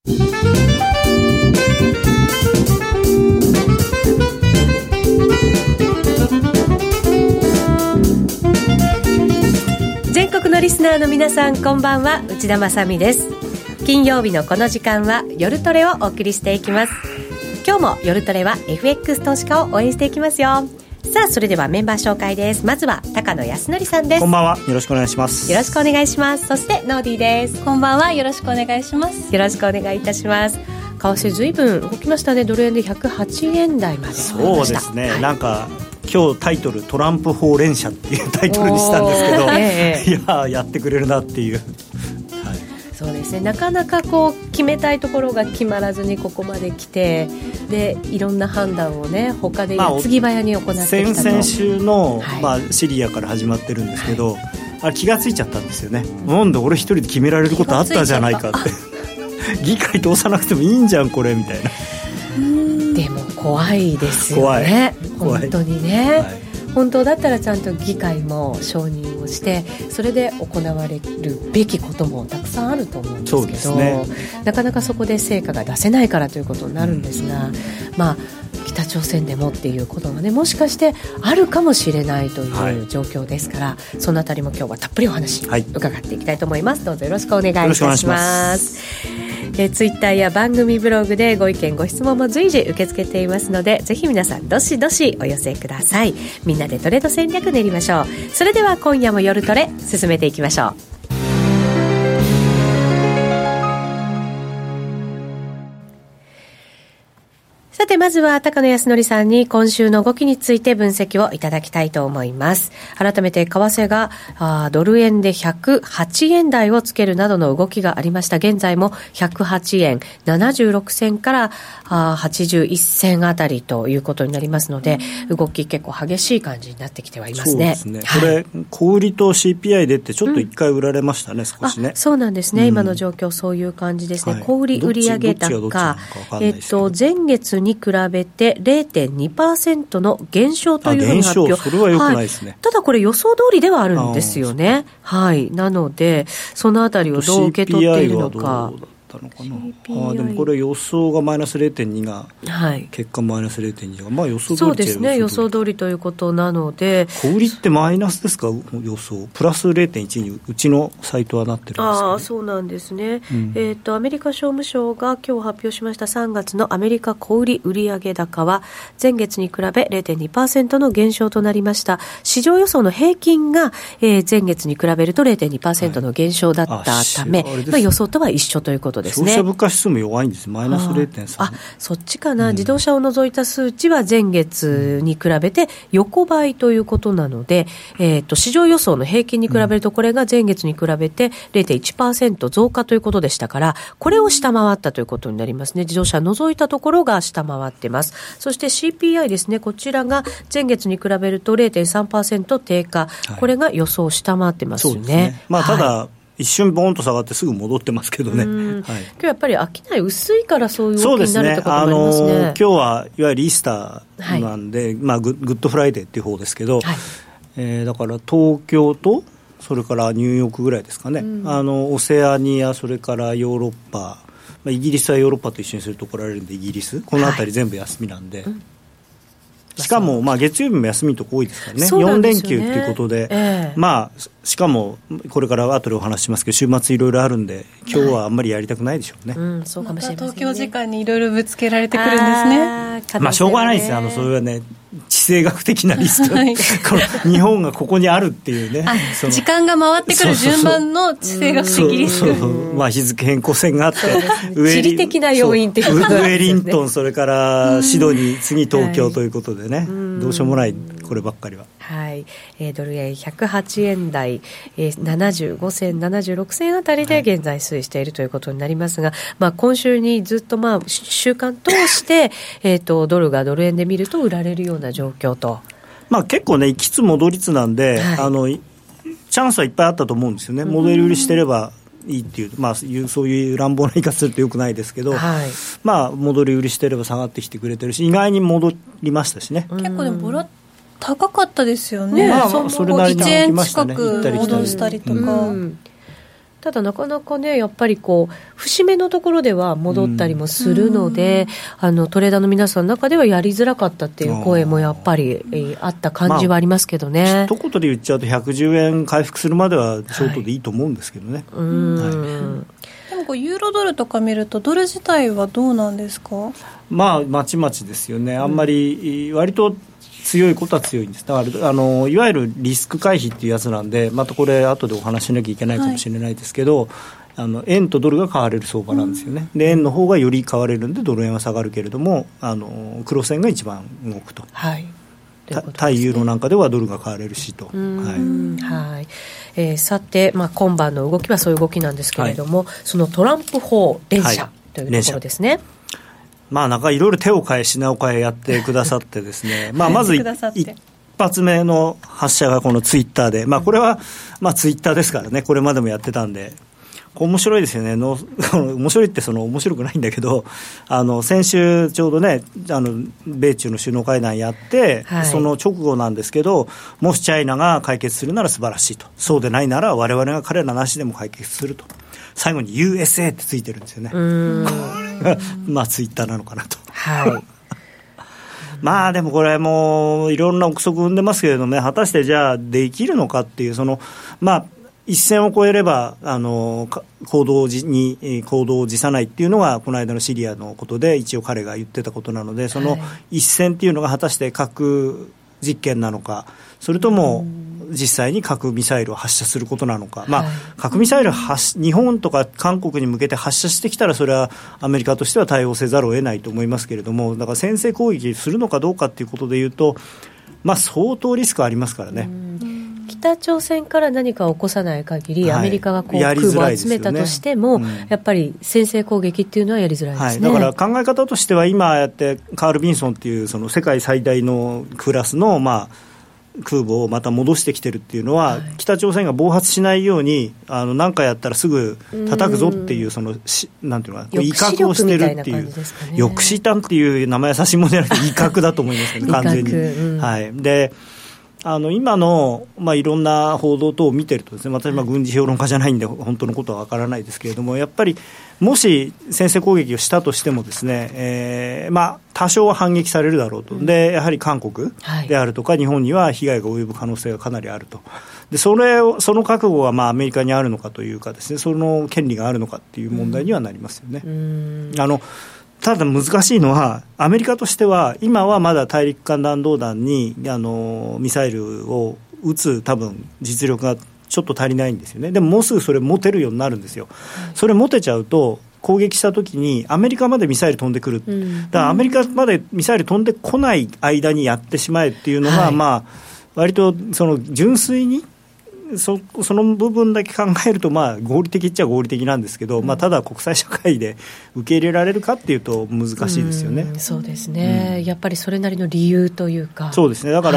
全国のリスナーの皆さん、こんばんは。内田まさみです。金曜日のこの時間は夜トレをお送りしていきます。今日も夜トレは FX 投資家を応援していきますよ。さあ、それではメンバー紹介です。まずは高野康則さんです。 こんばんは、よろしくお願いします。 よろしくお願いします。そしてノーディーです。 こんばんは、よろしくお願いします。 よろしくお願いいたします。為替ずいぶん動きましたね。ドル円で108円台まで来ました。 そうですね、はい、なんか今日タイトルトランプ法連射っていうタイトルにしたんですけど、いややってくれるなっていう、はい、 そうですね、なかなかこう決めたいところが決まらずにここまで来て、でいろんな判断をね他で矢継ぎ早に行ってきたと。 先々週の、シリアから始まってるんですけど、あれ気がついちゃったんですよね。なんで俺一人で決められることあったじゃないかって議会通さなくてもいいんじゃんこれみたいな。 でも怖いですよね。本当にね、はい、本当だったらちゃんと議会も承認をしてそれで行われるべきこともたくさんあると思うんですけど、 そうですね、 なかなかそこで成果が出せないからということになるんですが、北朝鮮でもっていうことがね、もしかしてあるかもしれないという状況ですから、そのあたりも今日はたっぷりお話伺っていきたいと思います。どうぞよろしくお願いいたします。ツイッターや番組ブログでご意見ご質問も随時受け付けていますので、ぜひ皆さんどしどしお寄せください。みんなでトレード戦略練りましょう。それでは今夜も夜トレ進めていきましょう。さて、まずは高野康則さんに今週の動きについて分析をいただきたいと思います。改めて為替がドル円で108円台をつけるなどの動きがありました。現在も108円76銭から81銭あたりということになりますので、動き結構激しい感じになってきてはいますね。 そうですね、これ小売りと CPI 出てちょっと一回売られましたね、少しね。 そうなんですね、今の状況そういう感じですね、小売り売上高前月に比べて 0.2% の減少というふうに発表。 それは良くないですね、 ただこれ予想通りではあるんですよね。はい、なのでそのあたりをどう受け取っているのか。 でもこれ予想がマイナス 0.2 が、結果マイナス 0.2 が、予想通り。 そうですね、予想通りということなので。 小売りってマイナスですか、予想プラス 0.1 にうちのサイトはなってるんですか、ね、 そうなんですね、アメリカ商務省が今日発表しました3月のアメリカ小売売上高は前月に比べ 0.2% の減少となりました。市場予想の平均が、前月に比べると 0.2% の減少だったため、予想とは一緒ということですね。 消費者物価指数も弱いんです。マイナス 0.3。 そっちかな、自動車を除いた数値は前月に比べて横ばいということなので、市場予想の平均に比べるとこれが前月に比べて 0.1% 増加ということでしたから、これを下回ったということになりますね。自動車を除いたところが下回ってます。そして CPI ですね、こちらが前月に比べると 0.3% 低下、これが予想を下回ってますよね。 そうですね、ただ、一瞬ボーンと下がってすぐ戻ってますけどね、 今日やっぱり商い薄いからそういう動きになるってこともありますね。 今日はいわゆるイースターなんで、グッドフライデーっていう方ですけど、だから東京とそれからニューヨークぐらいですかね、オセアニア、それからヨーロッパ、イギリスはヨーロッパと一緒にすると怒られるんでイギリス、このあたり全部休みなんで、しかも月曜日も休みとこ多いですからね、4連休ということで、しかもこれから後でお話しますけど週末いろいろあるんで今日はあんまりやりたくないでしょうね。 そうかもしれませんね。 東京時間にいろいろぶつけられてくるんですね。 しょうがないですよ、それはね、地政学的なリスク、この日本がここにあるっていうね、 時間が回ってくる順番の地政学的リスク、 日付変更線があって地理的な要因っていうことウェリントン、それからシドニー、次東京ということでね、どうしようもないこればっかりは。 ドル円108円台、75銭76銭あたりで現在推移しているということになりますが、今週にずっと週間通してドルがドル円で見ると売られるような状況と、 結構ね行きつ戻りつなんで、チャンスはいっぱいあったと思うんですよね。戻り売りしてればいいっていう、そういう乱暴な言い方するとよくないですけど、戻り売りしてれば下がってきてくれてるし、意外に戻りましたしね。 結構でも高かったですよね。 それなりに 1円近く戻したりとか、 ただなかなかねやっぱりこう節目のところでは戻ったりもするので、トレーダーの皆さんの中ではやりづらかったっていう声もやっぱり、あった感じはありますけどね、 一言で言っちゃうと110円回復するまではショートでいいと思うんですけどね、 でもこうユーロドルとか見るとドル自体はどうなんですか？ まちまちですよね。あんまり割と強いことは強いんです。だからいわゆるリスク回避っていうやつなんで、またこれ後でお話しなきゃいけないかもしれないですけど、円とドルが買われる相場なんですよね、で円の方がより買われるんでドル円は下がるけれども黒線が一番動くと、対ユーロなんかではドルが買われるしと、 さて、今晩の動きはそういう動きなんですけれども、そのトランプ法連射というところですね、 なんかいろいろ手を変え品を変えやってくださってですねまず一発目の発射がこのツイッターで、これはツイッターですからね、これまでもやってたんで面白いですよね。面白いって面白くないんだけど、先週ちょうどね米中の首脳会談やって、その直後なんですけど、もしチャイナが解決するなら素晴らしいと、そうでないなら我々が彼らなしでも解決すると、最後に USA ってついてるんですよね。ツイッターなのかなと、でもこれもいろんな憶測生んでますけれどもね、果たしてじゃあできるのかっていう、一線を越えれば行動を辞さないっていうのがこの間のシリアのことで一応彼が言ってたことなので、その一線っていうのが果たして核実験なのか、それとも実際に核ミサイルを発射することなのか、核ミサイル日本とか韓国に向けて発射してきたらそれはアメリカとしては対応せざるを得ないと思いますけれども、だから先制攻撃するのかどうかっていうことでいうと、相当リスクありますからね。 北朝鮮から何か起こさない限り、アメリカが空母を集めたとしても、やっぱり先制攻撃っていうのはやりづらいですね、 だから考え方としては今やってカール・ビンソンっていうその世界最大のクラスの空母をまた戻してきてるっていうのは、北朝鮮が暴発しないように何かやったらすぐ叩くぞっていう、なんていうのかな、威嚇をしてるっていう、抑止弾っていう名前優しいものじゃなくて威嚇だと思いますけど完全に、で今の、いろんな報道等を見てるとですね、私は軍事評論家じゃないんで本当のことはわからないですけれども、やっぱりもし先制攻撃をしたとしてもですね、多少は反撃されるだろうと、でやはり韓国であるとか日本には被害が及ぶ可能性がかなりあると、でその覚悟がアメリカにあるのかというかですね、その権利があるのかっていう問題にはなりますよね。ただ難しいのは、アメリカとしては今はまだ大陸間弾道弾にミサイルを撃つ多分実力がちょっと足りないんですよね。でももうすぐそれ持てるようになるんですよ。それ持てちゃうと攻撃したときにアメリカまでミサイル飛んでくる、だからアメリカまでミサイル飛んでこない間にやってしまえっていうのが、割と純粋にその部分だけ考えると合理的っちゃ合理的なんですけど、ただ国際社会で受け入れられるかっていうと難しいですよね。 そうですね、やっぱりそれなりの理由というか。 そうですね、だから、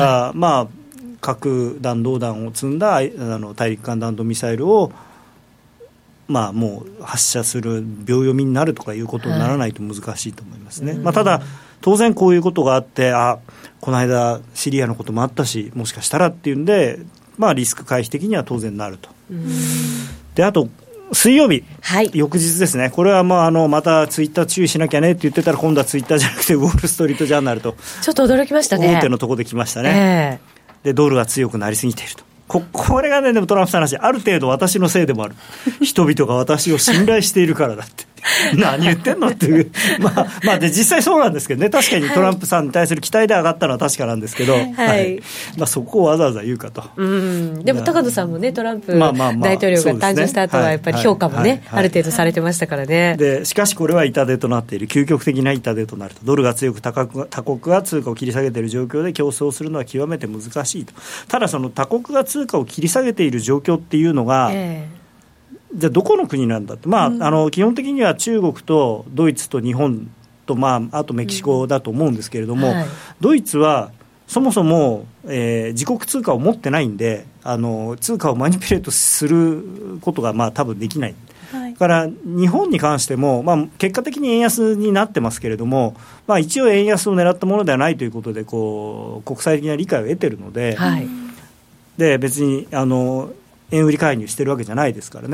核弾道弾を積んだ大陸間弾道ミサイルをもう発射する秒読みになるとかいうことにならないと難しいと思いますね。ただ当然こういうことがあって、この間シリアのこともあったし、もしかしたらっていうんでリスク回避的には当然なると。であと水曜日、翌日ですね、これはまたツイッター注意しなきゃねって言ってたら、今度はツイッターじゃなくてウォールストリートジャーナルとちょっと驚きましたね。 大手のところで来ましたね、でドルが強くなりすぎていると。これがね、でもトランプさんの話、ある程度私のせいでもある、人々が私を信頼しているからだって何言ってんのっていうで実際そうなんですけどね、確かにトランプさんに対する期待で上がったのは確かなんですけど、そこをわざわざ言うかと。 でも高野さんもね、トランプ大統領が誕生した後はやっぱり評価もね、ある程度されてましたからね。 でしかしこれは痛手となっている、究極的な痛手となると。ドルが強く他国が通貨を切り下げている状況で競争するのは極めて難しいと。ただその他国が通貨を切り下げている状況っていうのが、じゃあどこの国なんだって、基本的には中国とドイツと日本と、あとメキシコだと思うんですけれども、ドイツはそもそも、自国通貨を持ってないんで、通貨をマニピュレートすることが多分できない、だから日本に関しても、結果的に円安になってますけれども、一応円安を狙ったものではないということで国際的な理解を得ているので、で別に円売り介入してるわけじゃないですからね。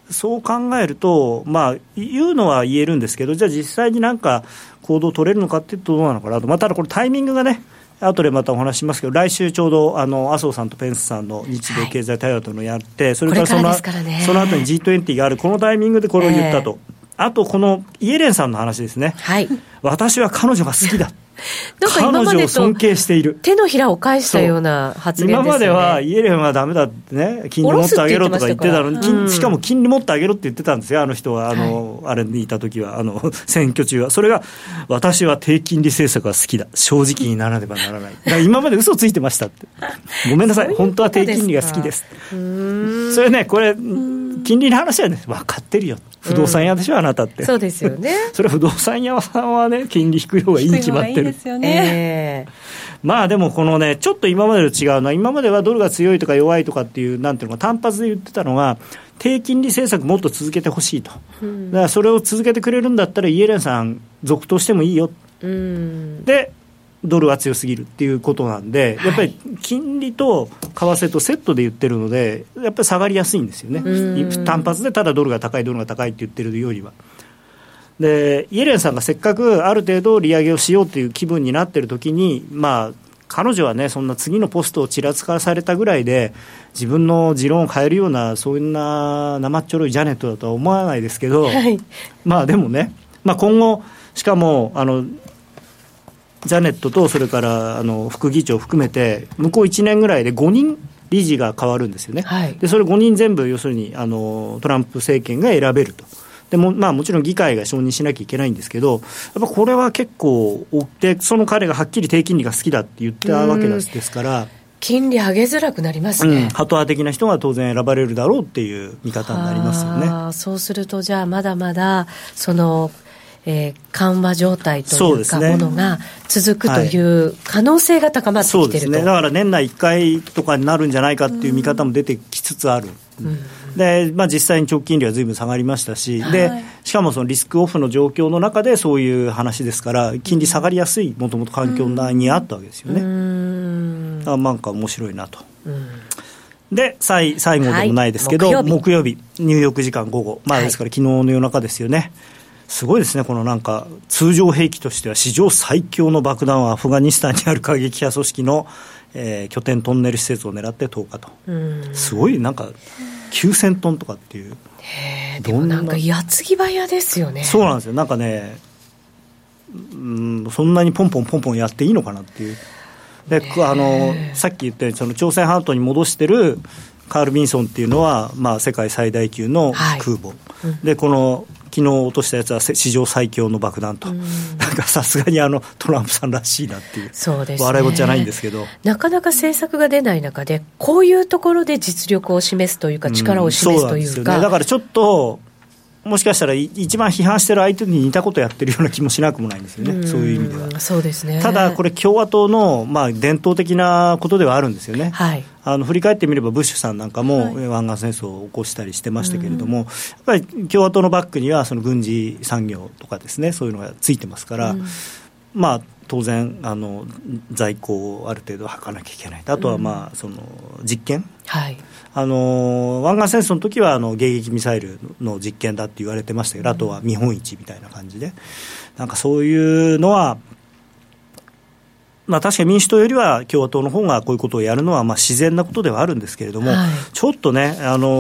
そう考えると、まあ、言うのは言えるんですけど、じゃあ実際になんか行動を取れるのかっていうとどうなのかなと、ただこれタイミングがね、後でまたお話ししますけど、来週ちょうど麻生さんとペンスさんの日米経済対話というのをやって、それからその後に G20 がある、このタイミングでこれを言ったと、あとこのイエレンさんの話ですね、私は彼女が好きだなんか今までと彼女を尊敬している、 手のひらを返したような発言ですよね。 今まではイエレンはダメだってね、金利持ってあげろとか言ってたのに、しかも金利持ってあげろって言ってたんですよ、あの人はあれにいた時は選挙中は。それが私は低金利政策が好きだ、正直にならねばならない、だから今まで嘘ついてましたってごめんなさい、本当は低金利が好きです。それね、これ金利の話はね、分かってるよ、不動産屋でしょ、あなたって。 そうですよね。 それは不動産屋さんはね、金利低い方がいいに決まってる。いいですよね。まあでもこのね、ちょっと今までと違うのは、今まではドルが強いとか弱いとかっていう、なんていうのか、単発で言ってたのが、低金利政策もっと続けてほしいと、だからそれを続けてくれるんだったらイエレンさん続投してもいいよ、でドルは強すぎるっていうことなんで、やっぱり金利と為替とセットで言ってるので、やっぱり下がりやすいんですよね。単発でただドルが高いって言ってるよりは。でイエレンさんがせっかくある程度利上げをしようという気分になっているときに、まあ彼女はね、そんな次のポストをちらつかされたぐらいで自分の持論を変えるようなそんな生っちょろいジャネットだとは思わないですけど、まあでもね、まあ、今後しかもジャネットとそれから副議長を含めて向こう1年ぐらいで5人理事が変わるんですよね、でそれ5人全部要するにトランプ政権が選べると。でも、まあ、もちろん議会が承認しなきゃいけないんですけど、やっぱこれは結構追って、その彼がはっきり低金利が好きだって言ったわけですから、 金利上げづらくなりますね。 ハト派的な人が当然選ばれるだろうっていう見方になりますよね。 そうするとじゃあまだまだその緩和状態というかものが続くという可能性が高まってきていると。 そうですね、だから年内1回とかになるんじゃないかっていう見方も出てきつつある、でまあ、実際に長期金利はずいぶん下がりましたし、でしかもそのリスクオフの状況の中でそういう話ですから、金利下がりやすいもともと環境にあったわけですよね。なんか面白いなと。で最後でもないですけど、木曜日ニューヨーク時間午後、まあ、ですから昨日の夜中ですよね。すごいですね、このなんか通常兵器としては史上最強の爆弾をアフガニスタンにある過激派組織の、拠点トンネル施設を狙って投下と。すごいなんか9000トンとかっていう、 でもなんか矢継ぎ早ですよね。 そうなんですよ、なんかね、そんなにポンポンやっていいのかなっていう。でさっき言ったようにその朝鮮半島に戻してるカール・ビンソンっていうのは、まあ、世界最大級の空母、でこの昨日落としたやつは史上最強の爆弾と、なんかさすがにトランプさんらしいなっていう、 そうですね、 笑い事じゃないんですけど、 なかなか政策が出ない中でこういうところで実力を示すというか、力を示すというか、そうなんですよね。だからちょっともしかしたら一番批判してる相手に似たことをやってるような気もしなくもないんですよね、そういう意味では。 そうですね。 ただこれ共和党の、まあ、伝統的なことではあるんですよね、振り返ってみればブッシュさんなんかも湾岸戦争を起こしたりしてましたけれども、やっぱり共和党のバックにはその軍事産業とかですね、そういうのがついてますから、まあ当然在庫をある程度測らなきゃいけない。あとはまあその実験、湾岸戦争の時は迎撃ミサイルの実験だって言われてましたけど、あとは見本市みたいな感じで、なんかそういうのは、まあ、確かに民主党よりは共和党の方がこういうことをやるのはまあ自然なことではあるんですけれども、ちょっとね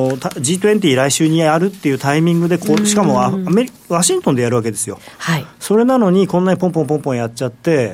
G20 来週にやるっていうタイミングでしかもワシントンでやるわけですよ、それなのにこんなにポンポンやっちゃって、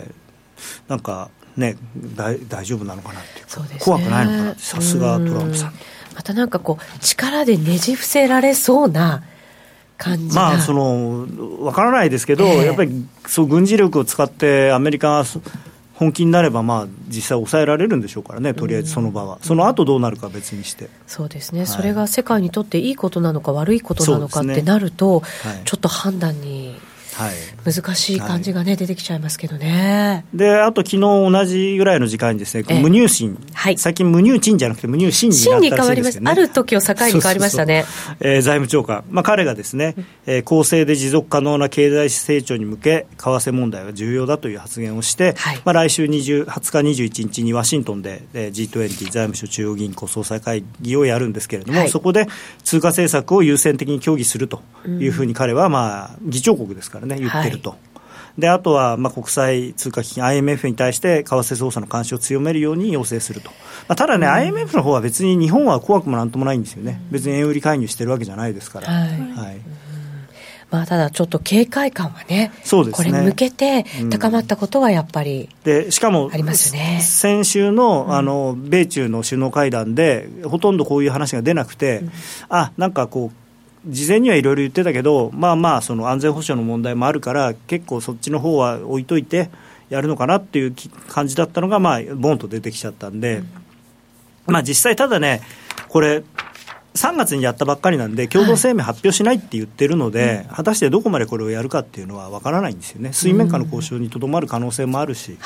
なんかね、大丈夫なのかなっていう、そうですね、怖くないのかなって、さすがトランプさん。 またなんかこう力でねじ伏せられそうな感じが、 まあ分からないですけど、やっぱりそう軍事力を使ってアメリカが本気になれば、まあ実際抑えられるんでしょうからね、とりあえずその場は。その後どうなるかは別にして。 そうですね、それが世界にとっていいことなのか悪いことなのかってなると、ちょっと判断に難しい感じがね、出てきちゃいますけどね。 であと昨日同じぐらいの時間にですね、無乳心、最近無乳鎮じゃなくて無乳心になったらしいですけどね。 ある時を境に変わりましたね。 財務長官、彼がですね、公正で持続可能な経済成長に向け為替問題が重要だという発言をして、来週20日21日にワシントンで G20 財務省中央銀行総裁会議をやるんですけれども、そこで通貨政策を優先的に協議するというふうに彼は議長国ですからね言ってると。であとは国際通貨基金 IMF に対して為替操作の監視を強めるように要請すると。ただね、IMF の方は別に日本は怖くもなんともないんですよね。別に円売り介入してるわけじゃないですから。 ただちょっと警戒感はね、 そうですね、 これに向けて高まったことはやっぱりでしかもありますね。 先週の、米中の首脳会談でほとんどこういう話が出なくて、なんかこう事前にはいろいろ言ってたけど、その安全保障の問題もあるから結構そっちの方は置いといてやるのかなっていう感じだったのが、ボンと出てきちゃったんで、実際ただね、これ3月にやったばっかりなんで共同声明発表しないって言ってるので、果たしてどこまでこれをやるかっていうのは分からないんですよね。水面下の交渉にとどまる可能性もあるし、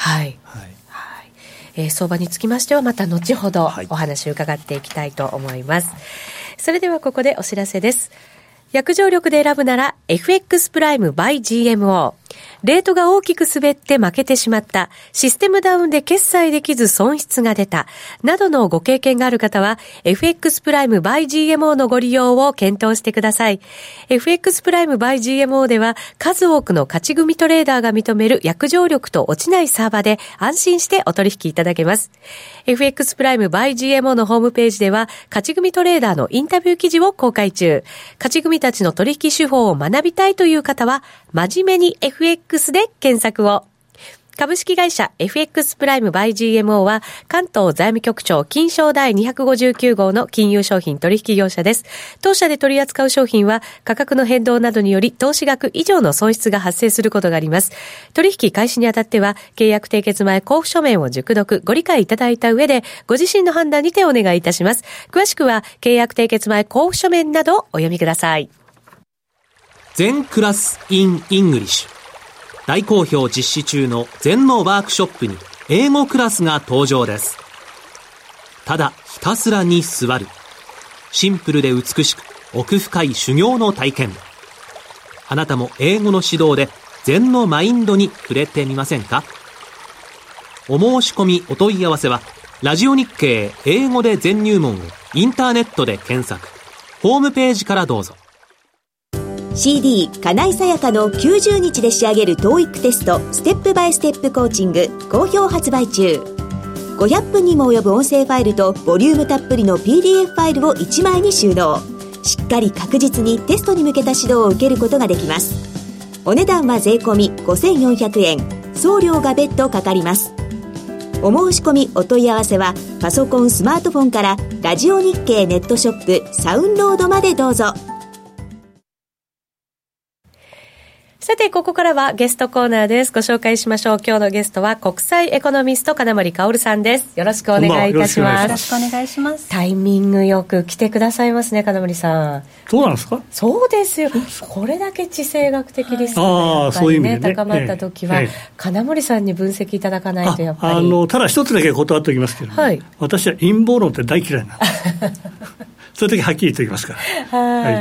相場につきましてはまた後ほどお話を伺っていきたいと思います。それではここでお知らせです。約定力で選ぶなら FX プライム by GMO。レートが大きく滑って負けてしまった、システムダウンで決済できず損失が出たなどのご経験がある方は FX プライム by GMO のご利用を検討してください。 FX プライム by GMO では数多くの勝ち組トレーダーが認める約定力と落ちないサーバで安心してお取引いただけます。 FX プライム by GMO のホームページでは勝ち組トレーダーのインタビュー記事を公開中。勝ち組たちの取引手法を学びたいという方は真面目に FX で検索を。株式会社 FX プライム by GMO は関東財務局長金商第259号の金融商品取引業者です。当社で取り扱う商品は価格の変動などにより投資額以上の損失が発生することがあります。取引開始にあたっては契約締結前交付書面を熟読ご理解いただいた上でご自身の判断にてお願いいたします。詳しくは契約締結前交付書面などをお読みください。 全クラス in English大好評実施中の全のワークショップに英語クラスが登場です。ただひたすらに座る。シンプルで美しく奥深い修行の体験。あなたも英語の指導で禅のマインドに触れてみませんか？お申し込みお問い合わせはラジオ日経英語で全入門をインターネットで検索。ホームページからどうぞ。 CD 金井さやかの90日で仕上げる TOEIC テストステップバイステップコーチング好評発売中。500分にも及ぶ音声ファイルとボリュームたっぷりの PDF ファイルを1枚に収納。しっかり確実にテストに向けた指導を受けることができます。お値段は税込み5400円、送料が別途かかります。お申し込みお問い合わせはパソコンスマートフォンからラジオ日経ネットショップサウンロードまでどうぞ。 さてここからはゲストコーナーです。ご紹介しましょう。今日のゲストは国際エコノミスト金森薫さんです。よろしくお願いいたします。 よろしくお願いします。 タイミングよく来てくださいますね、金森さん。 そうなんですか？ そうですよ。これだけ地政学的リスクがやっぱりね、高まった時は、金森さんに分析いただかないとやっぱり。ただ一つだけ断っておきますけど、私は陰謀論って大嫌いなんですそういう時はっきりと言いますから。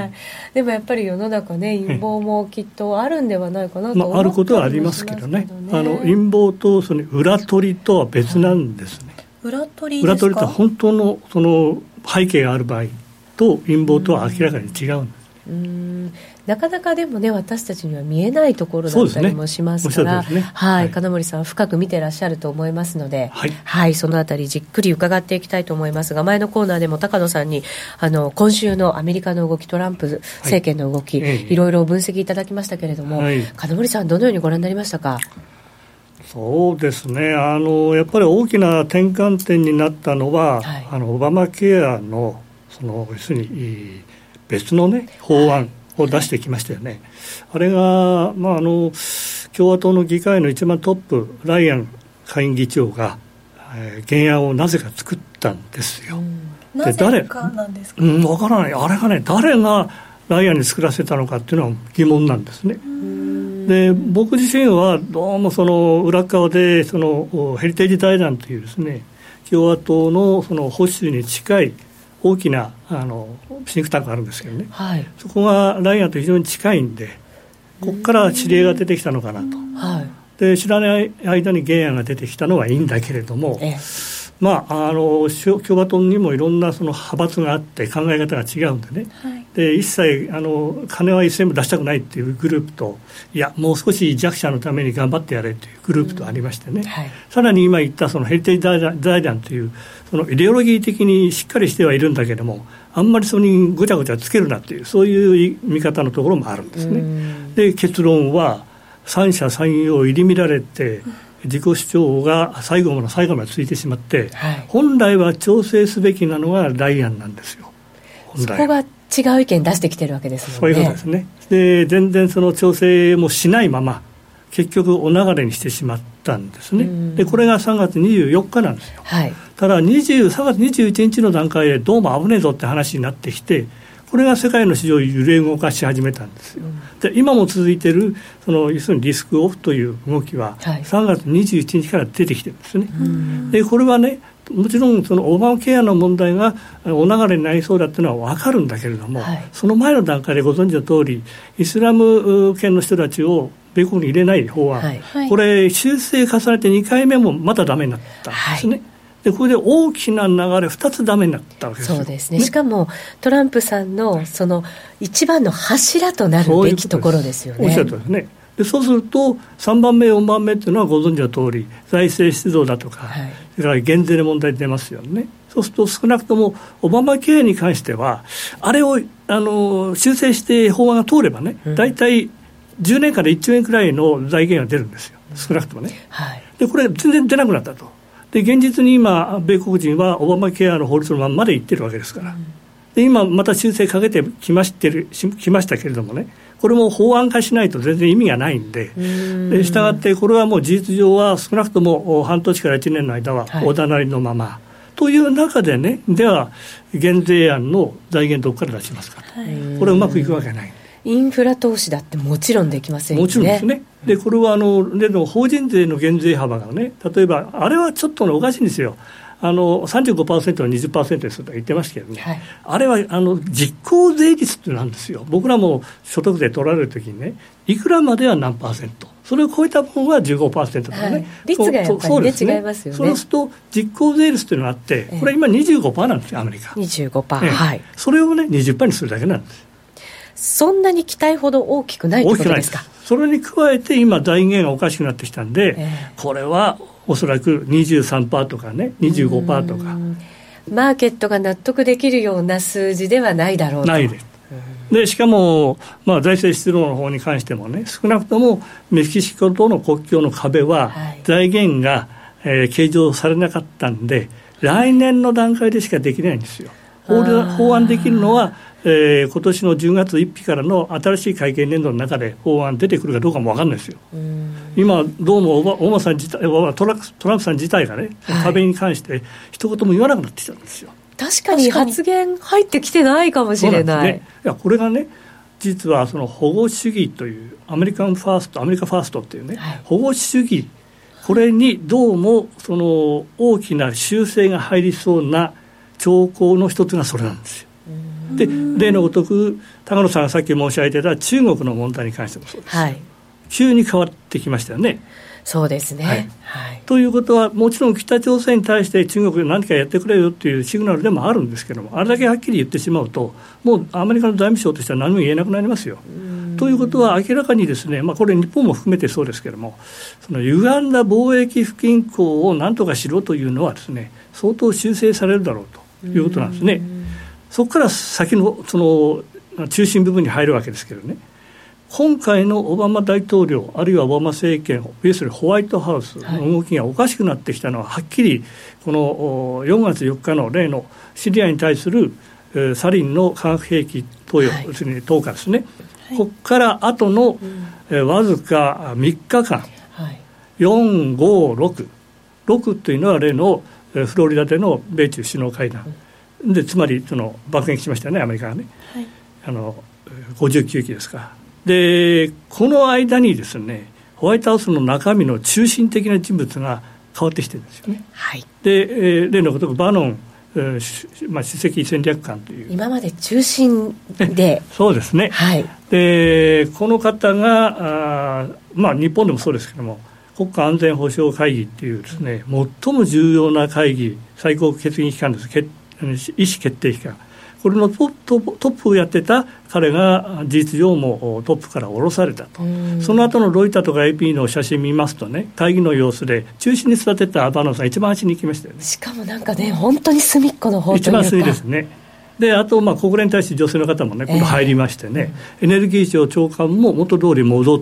でもやっぱり世の中ね、陰謀もきっとあるんではないかなと思ったりもしますけどね。 あることはありますけどね。陰謀とその裏取りとは別なんですね。 裏取りですか？ 裏取りとは本当のその背景がある場合と陰謀とは明らかに違うんです。 なかなかでもね、私たちには見えないところだったりもしますから、金森さんは深く見てらっしゃると思いますので、そのあたりじっくり伺っていきたいと思いますが、前のコーナーでも高野さんに今週のアメリカの動き、トランプ政権の動き、いろいろ分析いただきましたけれども、金森さんどのようにご覧になりましたか？ そうですね、やっぱり大きな転換点になったのは、オバマケアの要するに別のね法案を出してきましたよね。あれが、共和党の議会の一番トップライアン下院議長が、原案をなぜか作ったんですよ。 なぜかなんですか？ わからない。あれがね、誰がライアンに作らせたのかっていうのは疑問なんですね。 で僕自身はどうもその裏側でそのヘリテージ財団というですね、共和党のその保守に近い大きなシンクタンクがあるんですけどね、はい、そこがライアンと非常に近いんで、ここから指令が出てきたのかなと、はい、で知らない間に原案が出てきたのはいいんだけれども、まあ、共和党にもいろんなその派閥があって考え方が違うんでね、はい、で一切金は一銭も出したくないっていうグループと、いやもう少し弱者のために頑張ってやれというグループとありましてね、はい、さらに今言ったそのヘリテージ財団というそのイデオロギー的にしっかりしてはいるんだけれども、あんまりそれにごちゃごちゃつけるなっていう、そういう見方のところもあるんですね。で結論は三者三様入り乱れて、自己主張が最後の最後までついてしまって、はい、本来は調整すべきなのがライアンなんですよ。 そこが違う意見出してきてるわけですもんね。 そういうことですね。で全然その調整もしないまま結局お流れにしてしまったんですね。でこれが3月24日なんですよ、はい、ただ3月21日の段階でどうも危ねえぞって話になってきて、これが世界の市場を揺れ動かし始めたんですよ。で今も続いているその要するにリスクオフという動きは3月21日から出てきてるんですね。でこれはね、もちろんそのオバマケアの問題がお流れになりそうだというのは分かるんだけれども、はい、その前の段階でご存知の通りイスラム圏の人たちを米国に入れない法案、はい、これ修正重ねて2回目もまたダメになったんですね、はい。でこれで大きな流れ2つダメになったわけですよ。 そうですね。しかもトランプさんのその一番の柱となるべきところですよね。 おっしゃるとおりですね。でそうすると3番目4番目というのはご存知の通り財政出動だとか、はい、それから減税の問題出ますよね。そうすると少なくともオバマケアに関してはあれを修正して法案が通ればね、だいたい10年から1兆円くらいの財源が出るんですよ、少なくともね、はい、でこれ全然出なくなったと。で現実に今米国人はオバマケアの法律のままでいってるわけですから、で今また修正かけてきましたけれどもね、これも法案化しないと全然意味がないんで、したがってこれはもう事実上は少なくとも半年から1年の間はおだなりのまま、はい、という中でね、では減税案の財源どこから出しますかと、はい、これはうまくいくわけない。 インフラ投資だってもちろんできませんよね。 もちろんですね。でこれは例の法人税の減税幅がね、例えばあれはちょっとおかしいんですよ。35% を 20% にすると言ってましたけどね、はい、あれは実効税率ってなんですよ。僕らも所得税取られるときにね、いくらまでは何%、それを超えた分は 15% とかね、はい、 率がやっぱり、ね、違いますよね。 そうすると実効税率というのがあって、これ今 25% なんですよ、アメリカ 25%、はい、 それをね 20% にするだけなんです。 そんなに期待ほど大きくないということですか。 それに加えて今財源がおかしくなってきたんで、これはおそらく 23% とかね 25% とか、 マーケットが納得できるような数字ではないだろうと。 ないです。でしかも、財政出動の方に関してもね、少なくともメキシコとの国境の壁は財源が、計上されなかったんで、来年の段階でしかできないんですよ。法案できるのは今年の10月1日からの新しい会計年度の中で法案出てくるかどうかも分かんないですよ。今どうもトランプさん自体がね、はい、壁に関して一言も言わなくなってきたんですよ。 確かに発言入ってきてないかもしれない。 ね、いやこれがね、実はその保護主義というアメリカファーストっていうね、はい、保護主義、これにどうもその大きな修正が入りそうな兆候の一つがそれなんですよ。で例のごとく高野さんがさっき申し上げてた中国の問題に関してもそうです、はい、急に変わってきましたよね。 そうですね、 はいはい、ということはもちろん北朝鮮に対して中国で何かやってくれよというシグナルでもあるんですけども、あれだけはっきり言ってしまうともうアメリカの財務省としては何も言えなくなりますよ。ということは明らかにですね、これ日本も含めてそうですけども、その歪んだ貿易不均衡を何とかしろというのはですね、相当修正されるだろうということなんですね。そこから先のその中心部分に入るわけですけどね、今回のオバマ大統領あるいはオバマ政権、要するにホワイトハウスの動きがおかしくなってきたのは、はっきりこの4月4日の例のシリアに対するサリンの化学兵器投与、要するに投下ですね、はい、ここから後の、わずか3日間、はい、4、5、6というのは例のフロリダでの米中首脳会談、でつまりその爆撃しましたね、アメリカがね、はい、59機ですか。 でこの間にですね、ホワイトハウスの中身の中心的な人物が変わってきてるんですよね。 はい、 で例のごとくバノン首席戦略官という今まで中心でそうですね、 はい、 でこの方が日本でもそうですけども、国家安全保障会議っていうですね、最も重要な会議、最高決議機関です。意思決定機関、これのトップをやってた彼が事実上もトップから降ろされたと。その後のロイターとか AP の写真見ますとね、会議の様子で中心に座ってたバノンさん一番端に行きましたよね。 しかもなんかね、本当に隅っこの方というか一番隅ですね。であと国連に対して女性の方もね今度入りましてね、エネルギー庁長官も元通り戻って、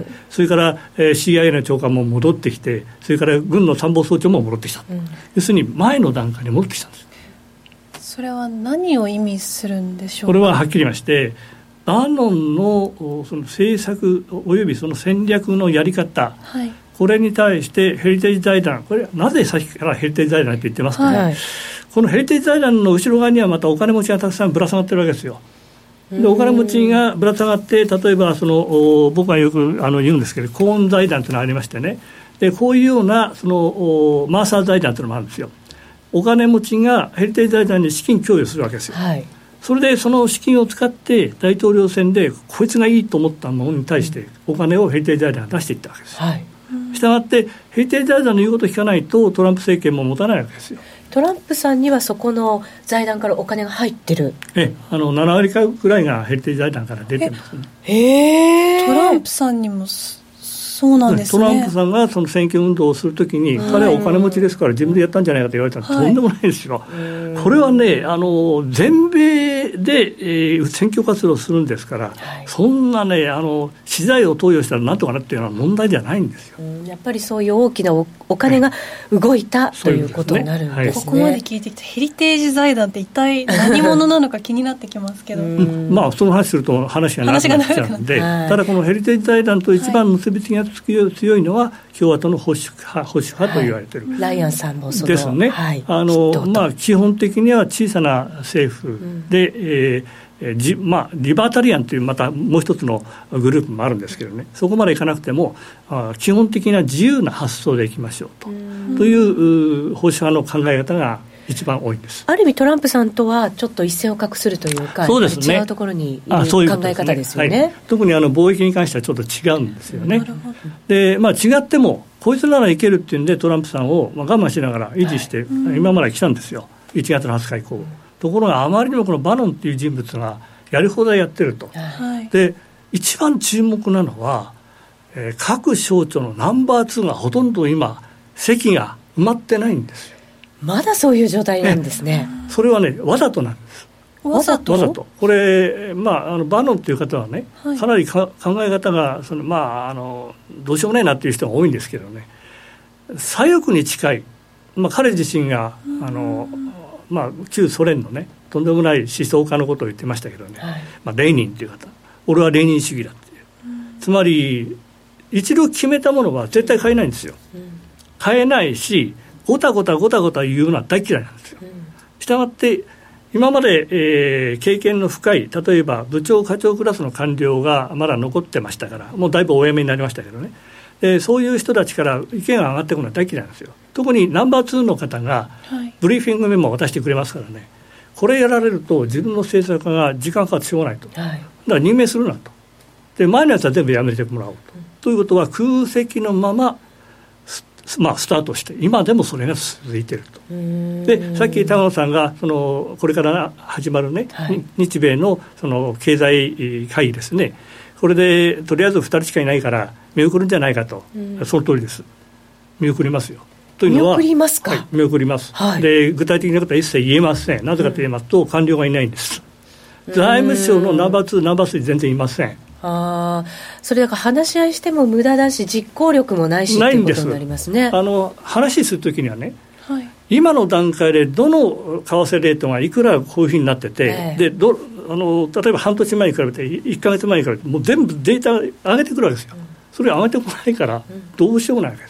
それから、CIA の長官も戻ってきて、それから軍の参謀総長も戻ってきた、要するに前の段階に戻ってきたんです。 それは何を意味するんでしょうか。 これははっきり言いまして、バノンのその政策およびその戦略のやり方、はい、これに対してヘリテージ財団、これなぜさっきからヘリテージ財団って言ってますかね、はい、このヘリテージ財団の後ろ側にはまたお金持ちがたくさんぶら下がってるわけですよ。でお金持ちがぶら下がって、例えば僕がよく言うんですけど、コーン財団というのがありましてね、でこういうようなマーサー財団というのもあるんですよ。お金持ちがヘリテージ財団に資金供与するわけですよ、はい、それでその資金を使って大統領選でこいつがいいと思ったものに対してお金をヘリテージ財団が出していったわけです、はい、したがってヘリテージ財団の言うことを聞かないとトランプ政権も持たないわけですよ。 トランプさんにはそこの財団からお金が入ってる。 7割ぐらいがヘリテージ財団から出てるんですね。トランプさんにもそうなんですね。 トランプさんがその選挙運動をするときに、彼はお金持ちですから自分でやったんじゃないかと言われたら、とんでもないですよ。これはね、全米で、選挙活動をするんですから、そんなね資材を投与したらなんとかなっていうのは問題じゃないんですよ。 やっぱりそういう大きな お金が動いた、ということになるんですね。 ここまで聞いてきてヘリテージ財団って一体何者なのか気になってきますけどその話すると話が長くなっちゃうので、ただこのヘリテージ財団と一番結びつきが強いのは共和党の保守派と言われている、 ライアンさんもそのですね、基本的には小さな政府で、リバータリアンというまたもう一つのグループもあるんですけどね、そこまでいかなくても基本的な自由な発想でいきましょうという保守派の考え方が一番多いんです。 ある意味トランプさんとはちょっと一線を画するというか、 そうですね、 違うところにいる考え方ですよね。 特に貿易に関してはちょっと違うんですよね。で、違ってもこいつならいけるっていうんでトランプさんを我慢しながら維持して、今まで来たんですよ、1月の20日以降。ところがあまりにもこのバノンっていう人物がやり放題やってると、で一番注目なのは、各省庁のナンバー2がほとんど今席が埋まってないんですよ。 まだそういう状態なんですね。 それはね、わざとなんです。 わざとこれ、バノンという方はね、かなり考え方がどうしようもないなっていう人が多いんですけどね、左翼に近い、彼自身が旧ソ連のねとんでもない思想家のことを言ってましたけどね、レーニンという方、俺はレーニン主義だっていう、つまり一度決めたものは絶対変えないんですよ、変えないしごたごた言うのは大嫌いなんですよ。したがって今まで、経験の深い、例えば部長課長クラスの官僚がまだ残ってましたから、もうだいぶお辞めになりましたけどね、そういう人たちから意見が上がってくるのは大嫌いなんですよ。特にナンバー2の方がブリーフィングメモを渡してくれますからね、これやられると自分の政策が時間かかってしょうがないと、だから任命するなと、で前のやつは全部やめてもらおうと、ということは空席のままスタートして、今でもそれが続いていると。でさっき高野さんがこれから始まるね、日米の経済会議ですね、これでとりあえず2人しかいないから見送るんじゃないかと、その通りです。見送りますよ。というのは見送りますか。 見送ります、で具体的なことは一切言えません。なぜかと言いますと、官僚がいないんです。財務省のナンバー2ナンバー3全然いません。 それだから話し合いしても無駄だし実行力もないしということになりますね。 話するときにはね、今の段階でどの為替レートがいくらこういうふうになってて、で例えば半年前に比べて1ヶ月前に比べてもう全部データ上げてくるわけですよ。それを上げてこないからどうしようもないわけです。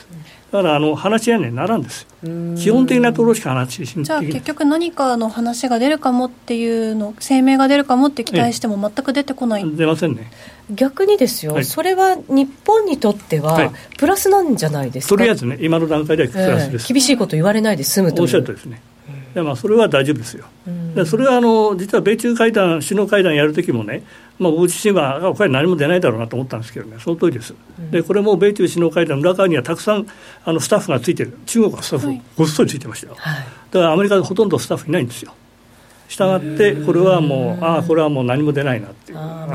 だから話し合いにならんですよ。基本的なところしか話しない。 じゃあ結局何かの話が出るかもっていうの、声明が出るかもって期待しても全く出てこない。 出ませんね。 逆にですよ、それは日本にとってはプラスなんじゃないですか。 とりあえずね、今の段階ではプラスです。 厳しいこと言われないで済むという。 おっしゃるとですね。それは大丈夫ですよ。でそれは実は米中会談、首脳会談やるときもね、僕自身はこれ何も出ないだろうなと思ったんですけどね、その通りです。でこれも米中首脳会談の裏側にはたくさんスタッフがついてる。中国はスタッフごっそりついてましたよ、はい、だからアメリカでほとんどスタッフいないんですよ。したがってこれはもうこれはもう何も出ないなっていう、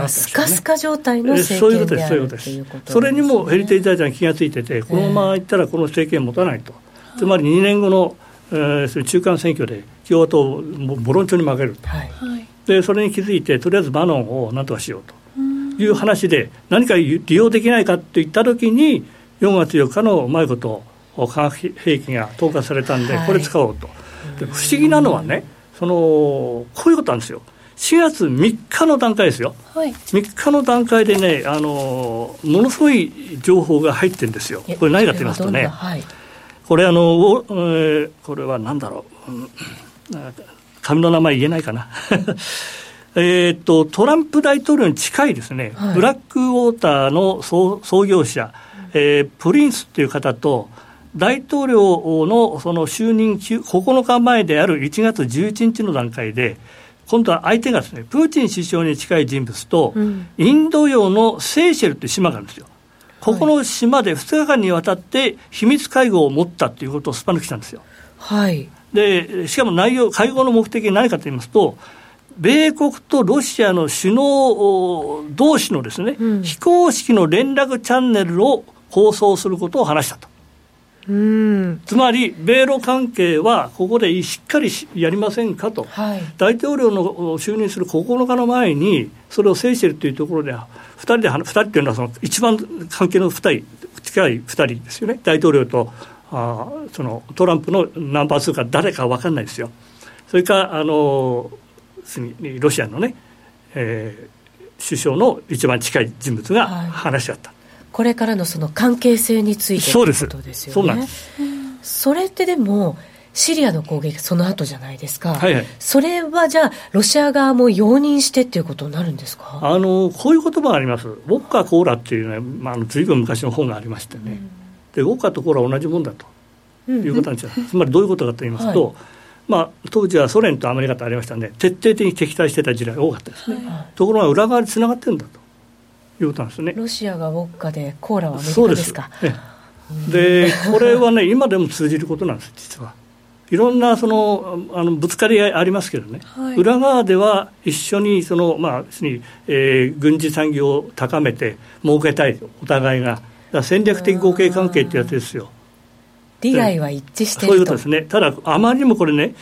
スカスカ状態の政権であるということです。 それにもヘリテージ財団に気がついてて、このままいったらこの政権持たないと、つまり2年後の中間選挙で共和党をボロンチョに負けると、はい、でそれに気づいてとりあえずバノンを何とかしようという話で、何か利用できないかといったときに4月4日のうまいこと化学兵器が投下されたんで、これ使おうと。で不思議なのはね、こういうことなんですよ。4月3日の段階ですよ、はい、3日の段階でね、ものすごい情報が入ってるんですよ。これ何かと言いますとね、これこれは何だろう、紙の名前言えないかなトランプ大統領に近いですね、はい、ブラックウォーターの創業者、プリンスという方と大統領のその就任9日前である1月11日の段階で、今度は相手がですね、プーチン首相に近い人物と、インド洋のセーシェルという島があるんですよ。ここの島で2日間にわたって秘密会合を持ったということをすっぱ抜きしたんですよ。はい、でしかも会合の目的は何かと言いますと、米国とロシアの首脳同士のですね、非公式の連絡チャンネルを構想することを話したと。つまり米ロ関係はここでしっかりやりませんかと、はい、大統領の就任する9日の前にそれを制しているというところで2人というのはその一番関係の近い2人ですよね。大統領とそのトランプのナンバー2か誰か分かんないですよ。それからロシアのね、首相の一番近い人物が話し合った、はい、 これからのその関係性についてということですよね。そうなんです。それってでもシリアの攻撃その後じゃないですか、はいはい、それはじゃあロシア側も容認してっていうことになるんですか。 こういう言葉があります。ウォッカコーラっていうのは、随分昔の本がありましてね、でウォッカとコーラは同じもんだということなんですよ、つまりどういうことかと言いますと、はい、当時はソ連とアメリカとありましたので徹底的に敵対してた時代が多かったですね、はい、ところが裏側につながってるんだということなんですね。 ロシアがウォッカでコーラはアメリカですか。 そうです。でこれはね今でも通じることなんです実は。いろんなぶつかり合いありますけどね、はい、裏側では一緒に軍事産業を高めて儲けたいお互いが戦略的互恵関係ってやつですよ。 利害は一致していると。 そういうことですね。ただあまりにもこれね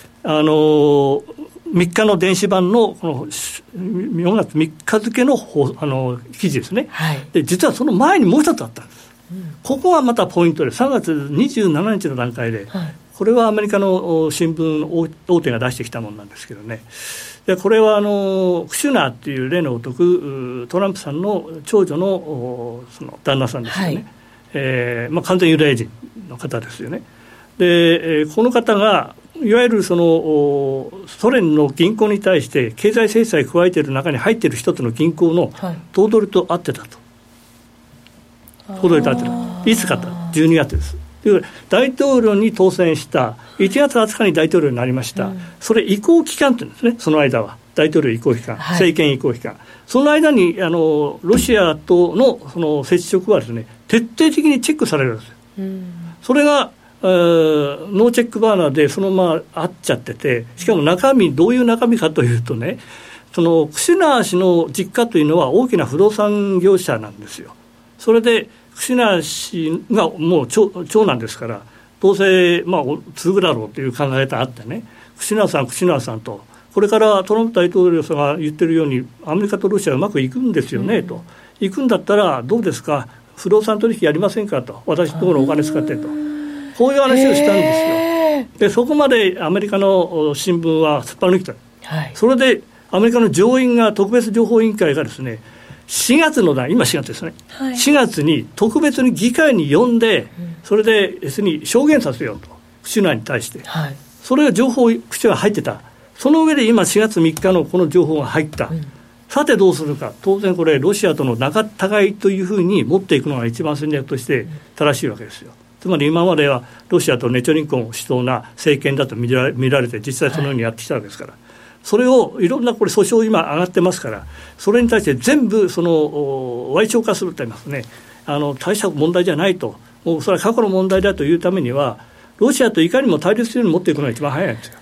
3日の電子版のこの4月3日付の記事ですね、はい、で実はその前にもう一つあったんです、ここがまたポイントで3月27日の段階で、はい、これはアメリカの新聞大手が出してきたものなんですけどね、でこれはクシュナーっていう例のごとくトランプさんの長女のその旦那さんですよね、はい完全ユダヤ人の方ですよね。でこの方がいわゆるソ連の銀行に対して経済制裁を加えている中に入っている一つの銀行の頭取と会ってたと、頭取と会ってた。いつかと12月です。大統領に当選した1月20日に大統領になりました、それ移行期間というんですね。その間は大統領移行期間、政権移行期間、その間にロシアとのその接触はですね徹底的にチェックされるんですよ、それがノーチェックバーナーでそのまま合っちゃってて、しかも中身どういう中身かというとね、そのクシュナー氏の実家というのは大きな不動産業者なんですよ。それでクシュナー氏がもう 長男ですからどうせ継ぐだろうという考え方があってね、クシュナーさんとこれからトランプ大統領さんが言ってるようにアメリカとロシアはうまくいくんですよね、と行くんだったらどうですか、不動産取引やりませんかと、私のところのお金使ってと、こういう話をしたんですよ。でそこまでアメリカの新聞はすっぱ抜いた、はい、それでアメリカの上院が特別情報委員会がですね 4月の今4月ですね、 はい、 4月に特別に議会に呼んで、それで別に証言させようと、口内に対して、はい、それが情報口が入ってた。その上で今4月3日のこの情報が入った、さてどうするか。当然これロシアとの仲違いというふうに持っていくのが一番戦略として正しいわけですよ。つまり今まではロシアとネチョリンコンを主導な政権だと見られて、実際そのようにやってきたわけですから、それをいろんなこれ訴訟今上がってますから、それに対して全部その歪聴化すると言いますね、大した問題じゃないと、もうそれは過去の問題だというためには、ロシアといかにも対立するように持っていくのが一番早いんですよ。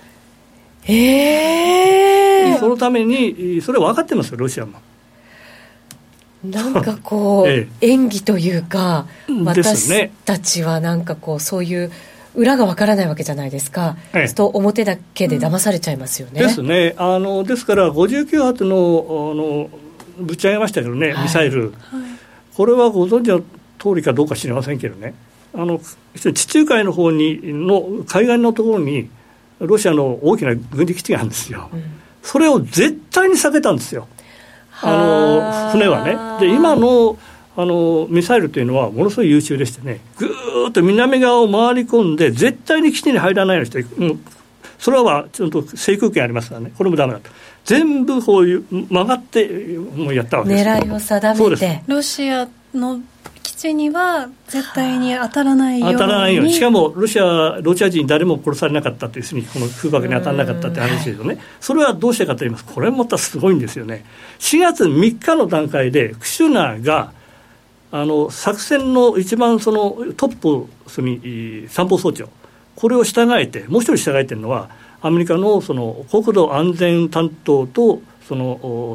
そのためにそれは分かってますよ、ロシアも。 なんかこう、演技というか、私たちはなんかこうそういう裏が分からないわけじゃないですか、と表だけで騙されちゃいますよね。 ですね。ですから59発のぶち上げましたけどね、ミサイル、これはご存知の通りかどうか知りませんけどね、地中海の方の海岸のところにロシアの大きな軍事基地があるんですよ、それを絶対に避けたんですよ、船はね。で今のミサイルというのはものすごい優秀でしてね、ぐーっと南側を回り込んで絶対に基地に入らないようにして、それはちょっと制空権ありますからね、これもダメだと、全部こういう曲がってもうやったわけです。 狙いを定めて、 ロシアの基地には絶対に当たらないように、 当たらないように。しかもロシア人誰も殺されなかったという、この空爆に当たらなかったという話ですよね。それはどうしてかと言います、これまたすごいんですよね。4月3日の段階でクシュナーが作戦の一番そのトップ参謀総長、これを従えて、もう一人従えているのはアメリカのその国土安全担当とその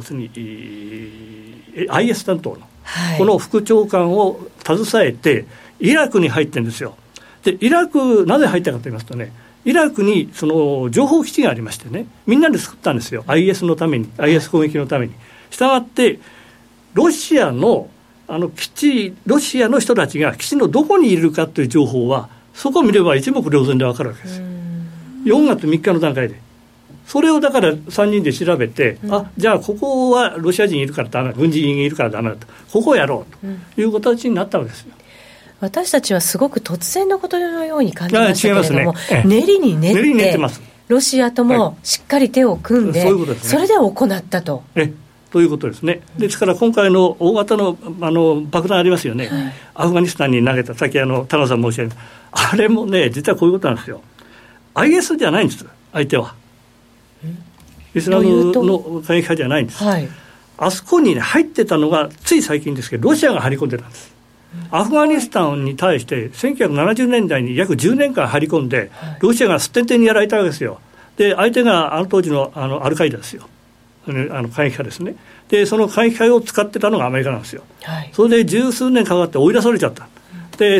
IS 担当の、この副長官を携えてイラクに入ってるんですよ。でイラクなぜ入ったかと言いますとね、イラクにその情報基地がありましてね、みんなで作ったんですよ、 IS のために、IS 攻撃のために。したがってロシアの基地、ロシアの人たちが基地のどこにいるかという情報はそこを見れば一目瞭然で分かるわけですよ。4月3日の段階でそれをだから3人で調べて、じゃあここはロシア人いるからダメだ、軍事人がいるからダメだと、ここをやろうという形になったわけですよ。 私たちはすごく突然のことのように感じましたけれども、 ね、 練りに練ってます。 ロシアともしっかり手を組んで、それで行ったと。 ということですね。ですから今回の大型の爆弾ありますよね、アフガニスタンに投げた、さっき田中さん申し上げたあれもね、実はこういうことなんですよ。 IS じゃないんです、相手はイスラムの過激派じゃないんです、あそこに、入ってたのがつい最近ですけどロシアが張り込んでたんです。アフガニスタンに対して1970年代に約10年間張り込んで、ロシアがすってんてんにやられたわけですよ。で相手が当時のアルカイダですよ、過激派ですね。でその過激派を使ってたのがアメリカなんですよ、それで十数年かかって追い出されちゃった。で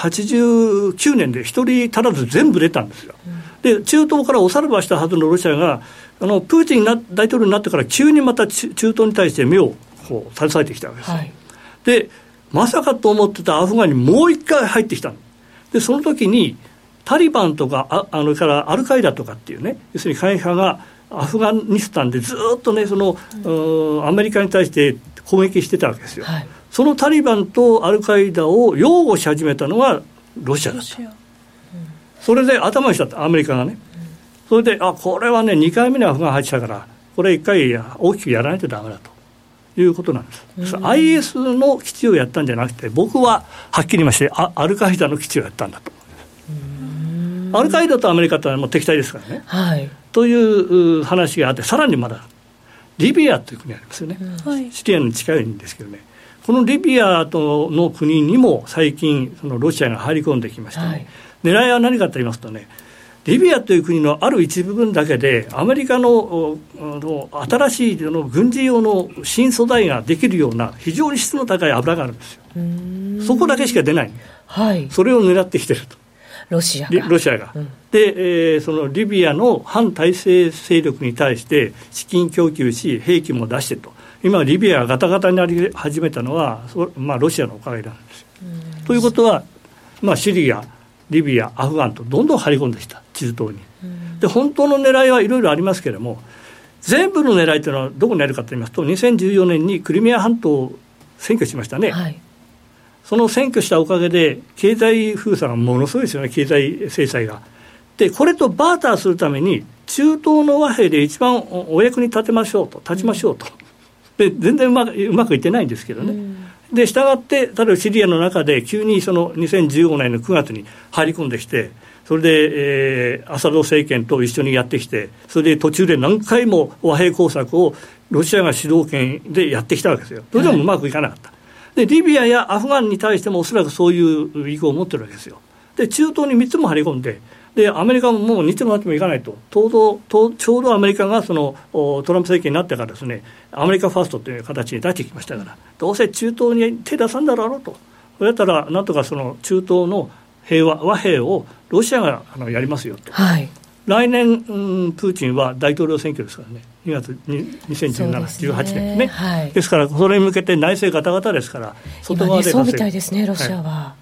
1989年で一人足らず全部出たんですよ、で中東からおさらばしたはずのロシアがプーチン大統領になってから急にまた中東に対して目をこう携えてきたわけです、でまさかと思ってたアフガンにもう一回入ってきた。でその時にタリバンとかからアルカイダとかっていうね、要するに過激派がアフガニスタンでずっとねアメリカに対して攻撃してたわけですよ、そのタリバンとアルカイダを擁護し始めたのがロシアだった。それで頭にしたってアメリカがね、それでこれはね2回目にアフガン入ってたからこれ1回大きくやらないとダメだということなんです、IS の基地をやったんじゃなくて、僕ははっきり言いましてアルカイダの基地をやったんだと思います。アルカイダとアメリカとはもう敵対ですからね、という話があって、さらにまだリビアという国がありますよね、シリアに近いんですけどね、このリビアの国にも最近そのロシアが入り込んできましたね、狙いは何かと言いますとね、リビアという国のある一部分だけでアメリカの新しい軍事用の新素材ができるような非常に質の高い油があるんですよ。そこだけしか出ない、それを狙ってきているとロシアが、で、そのリビアの反体制勢力に対して資金供給し兵器も出してと、今リビアがガタガタになり始めたのは、ロシアのおかげなんですよ。ということは、シリア、リビア、アフガンとどんどん張り込んできた中東に。で本当の狙いはいろいろありますけれども、全部の狙いというのはどこにあるかと言いますと、2014年にクリミア半島占拠しましたね、はい、その占拠したおかげで経済封鎖がものすごいですよね、経済制裁が。でこれとバーターするために中東の和平で一番お役に立ちましょうとで全然うまくいってないんですけどね、でしたがって例えばシリアの中で急にその2015年の9月に入り込んできて、それで、アサド政権と一緒にやってきて、それで途中で何回も和平工作をロシアが主導権でやってきたわけですよ。どれでもうまくいかなかった、はい、でリビアやアフガンに対してもおそらくそういう意向を持ってるわけですよ。で中東に3つも張り込んで、でアメリカももう日もなってもいかないと、ちょうどアメリカがそのトランプ政権になってからですね、アメリカファーストという形に出してきましたから、どうせ中東に手出さんだろうと、そうやったらなんとかその中東の和平をロシアがやりますよと、はい、来年、プーチンは大統領選挙ですからね、2月2017、18年ね、はい、ですからそれに向けて内政ガタガタですから、外側でそうみたいですね、ロシアは、 はい、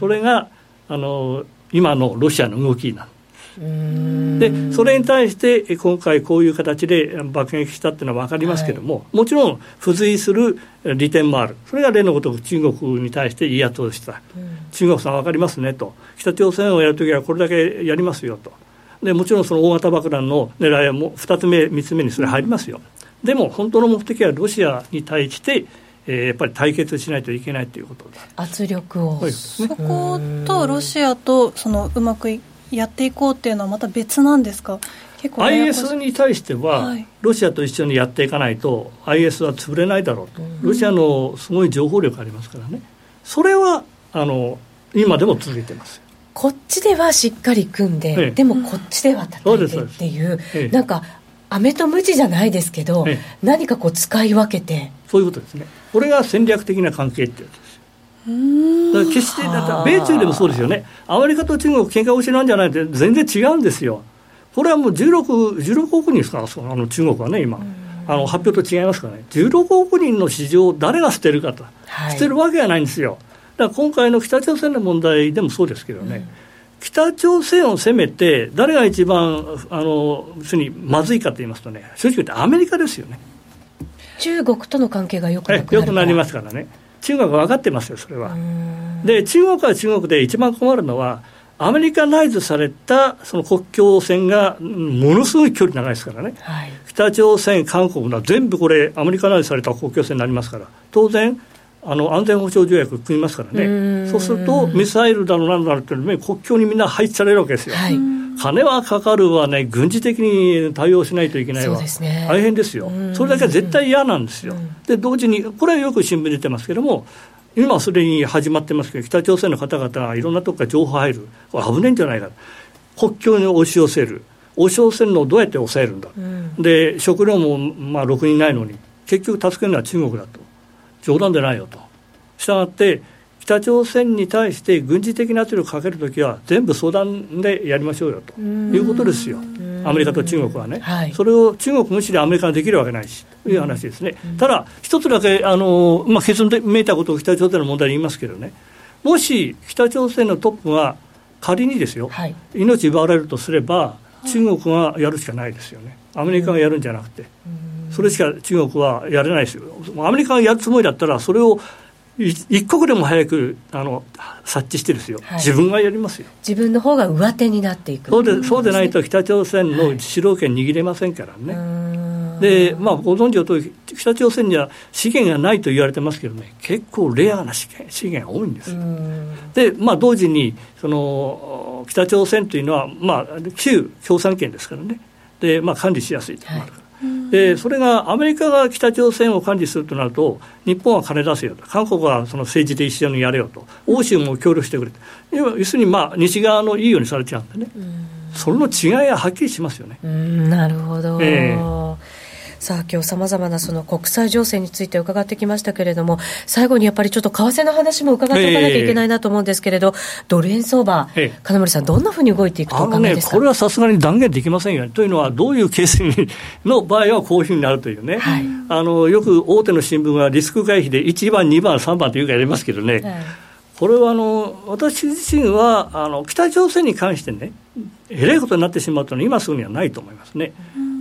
それが今のロシアの動きなんで、それに対して今回こういう形で爆撃したっていうのは分かりますけども、はい、もちろん付随する利点もある。それが例のごとく中国に対して言い圧をした、中国さん分かりますねと、北朝鮮をやるときはこれだけやりますよと、でもちろんその大型爆弾の狙いはもう2つ目3つ目にそれ入りますよ。でも本当の目的はロシアに対してやっぱり対決しないといけないということだ。 圧力を、 そことロシアとそのうまくやっていこうっていうのはまた別なんですか。結構 IS に対しては、はい、ロシアと一緒にやっていかないと IS は潰れないだろうと、ロシアのすごい情報力ありますからね、それは今でも続いてます。 こっちではしっかり組んで、でもこっちでは叩いてっていう、なんか飴とムチじゃないですけど、何かこう使い分けて、 そういうことですね。これが戦略的な関係ってやつですよ。だから決して米中でもそうですよね。アメリカと中国喧嘩腰なんじゃないって全然違うんですよ。これはもう16億人ですから、中国はね今発表と違いますからね、16億人の市場を誰が捨てるかと、はい、捨てるわけがないんですよ。だから今回の北朝鮮の問題でもそうですけどね、北朝鮮を攻めて誰が一番まずいかと言いますとね、正直言ってアメリカですよね。 中国との関係が良くなくなるから、 良くなりますからね。中国は分かってますよそれは。で中国は中国で一番困るのは、アメリカナイズされたその国境線がものすごい距離長いですからね、はい、北朝鮮韓国の全部これアメリカナイズされた国境線になりますから、当然安全保障条約組みますからね。そうするとミサイルだろうなんだろうっていうのに国境にみんな配置されるわけですよ、はい、金はかかるわね、軍事的に対応しないといけないわ、そうですね、大変ですよ。それだけは絶対嫌なんですよ。で同時にこれはよく新聞に出てますけども、今すでに始まってますけど、北朝鮮の方々がいろんなとこから情報入る、これ危ないんじゃないか、国境に押し寄せるのをどうやって抑えるんだ、で食料もろくにないのに結局助けるのは中国だと、冗談でないよと。したがって北朝鮮に対して軍事的な圧力をかけるときは全部相談でやりましょうよということですよ、アメリカと中国はね、はい、それを中国無視でアメリカができるわけないしという話ですね。ただ一つだけ結論でめいたことを北朝鮮の問題に言いますけどね、もし北朝鮮のトップが仮にですよ、はい、命奪われるとすれば中国がやるしかないですよね。アメリカがやるんじゃなくて、それしか中国はやれないですよ。アメリカがやるつもりだったらそれを一刻でも早く察知してですよ、はい、自分がやりますよ。 自分の方が上手になっていく。 そうでないと北朝鮮の主導権握れませんからね、はい、でご存知の通り北朝鮮には資源がないと言われてますけどね、結構レアな資源が多いんですよ。で同時に北朝鮮というのは旧共産圏ですからね、で管理しやすいというのがあるから、はい、でそれがアメリカが北朝鮮を管理するとなると、日本は金出せよと、韓国はその政治で一緒にやれよと、欧州も協力してくれと、要するに西側のいいようにされちゃうんでね、その違いははっきりしますよね。 なるほど、さあ今日さまざまなその国際情勢について伺ってきましたけれども、最後にやっぱりちょっと為替の話も伺っておかなきゃいけないなと思うんですけれど、ドル円相場、金森さんどんなふうに動いていくとお考えですか。 これはさすがに断言できませんよね。というのはどういうケースの場合はこういうふうになるというね、はい、よく大手の新聞はリスク回避で1番2番3番というかやりますけどね、はい、これは私自身は北朝鮮に関してね、えらいことになってしまうというのは今すぐにはないと思いますね。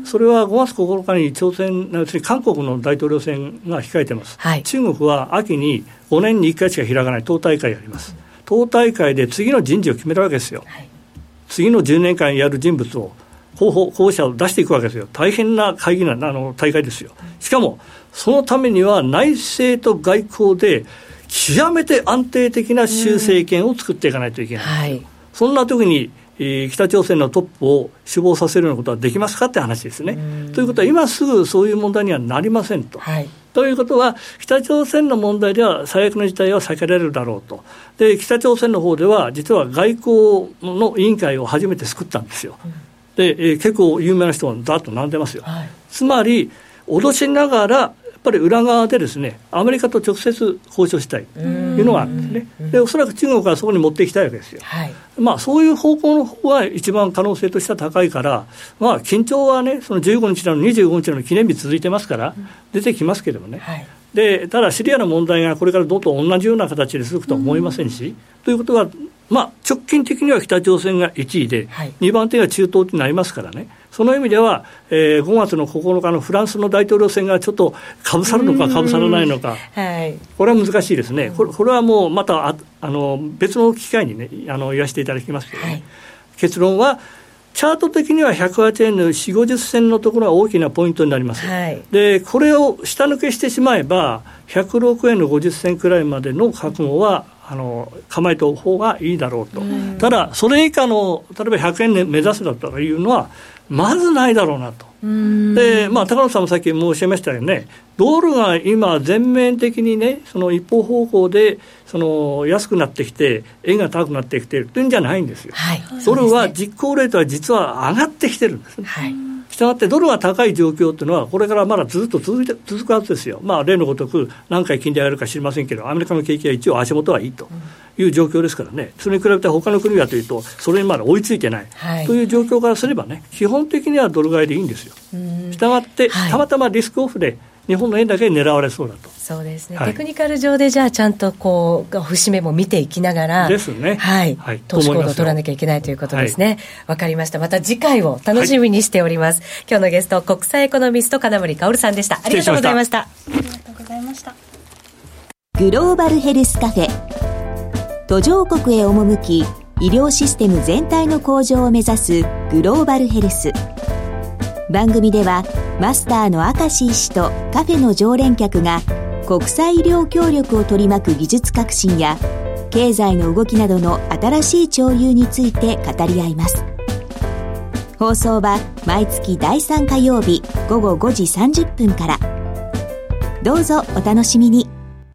それは5月9日に朝鮮、要するに韓国の大統領選が控えています、はい、中国は秋に5年に1回しか開かない党大会があります。党大会で次の人事を決めるわけですよ、はい、次の10年間やる人物を候補者を出していくわけですよ。大変な会議な大会ですよ。しかもそのためには内政と外交で極めて安定的な習政権を作っていかないといけない、はい、そんな時に北朝鮮のトップを死亡させるようなことはできますかって話ですね。ということは今すぐそういう問題にはなりませんと、はい、ということは北朝鮮の問題では最悪の事態は避けられるだろうと。で北朝鮮の方では実は外交の委員会を初めて作ったんですよ。で結構有名な人がざっと並んでますよ、はい、つまり脅しながらやっぱり裏側でですねアメリカと直接交渉したいというのがあるんですね。でおそらく中国はそこに持っていきたいわけですよ、はい、まあ、そういう方向の方が一番可能性としては高いから、まあ、緊張はねその15日なの25日の記念日続いてますから出てきますけれどもね、はい、でただシリアの問題がこれからどんどん同じような形で続くとは思いませんし、ということはまあ、直近的には北朝鮮が1位で、はい、2番手が中東になりますからね。その意味では、5月の9日のフランスの大統領選がちょっとかぶさるのかかぶさらないのか、はい、これは難しいですね。これはもうまた別の機会にね言わせていただきますけどね、はい、結論はチャート的には108円の4、50銭のところが大きなポイントになります、はい、でこれを下抜けしてしまえば106円の50銭くらいまでの覚悟は構えた方がいいだろうと。ただそれ以下の例えば100円で目指すだというのはまずないだろうなと。で、まあ、高野さんもさっき申し上げましたよね、ドルが今全面的にねその一方方向で安くなってきて円が高くなってきているというんじゃないんですよ、はい、ドルは実行レートは実は上がってきてるんですね、はい、したがってドルが高い状況というのはこれからまだずっと続くはずですよ。まあ、例のごとく何回金利上げるか知りませんけどアメリカの景気は一応足元はいいという状況ですからね。それに比べて他の国はというとそれにまだ追いついてない、はい、という状況からすればね基本的にはドル買いでいいんですよ。したがって、はい、たまたまリスクオフで日本の円だけ狙われそうだと。 そうですね、はい、テクニカル上でじゃあちゃんとこう節目も見ていきながらですね、 はいはい、投資行動を取らなきゃいけないということですね。わ、かりました。また次回を楽しみにしております、はい、今日のゲスト国際エコノミスト金森かおるさんでした。ありがとうございました。 ありがとうございました。 グローバルヘルスカフェ、途上国へ赴き医療システム全体の向上を目指すグローバルヘルス。番組ではマスターの明石医師とカフェの常連客が国際医療協力を取り巻く技術革新や経済の動きなどの新しい潮流について語り合います。放送は毎月第3火曜日午後5時30分から。どうぞお楽しみに。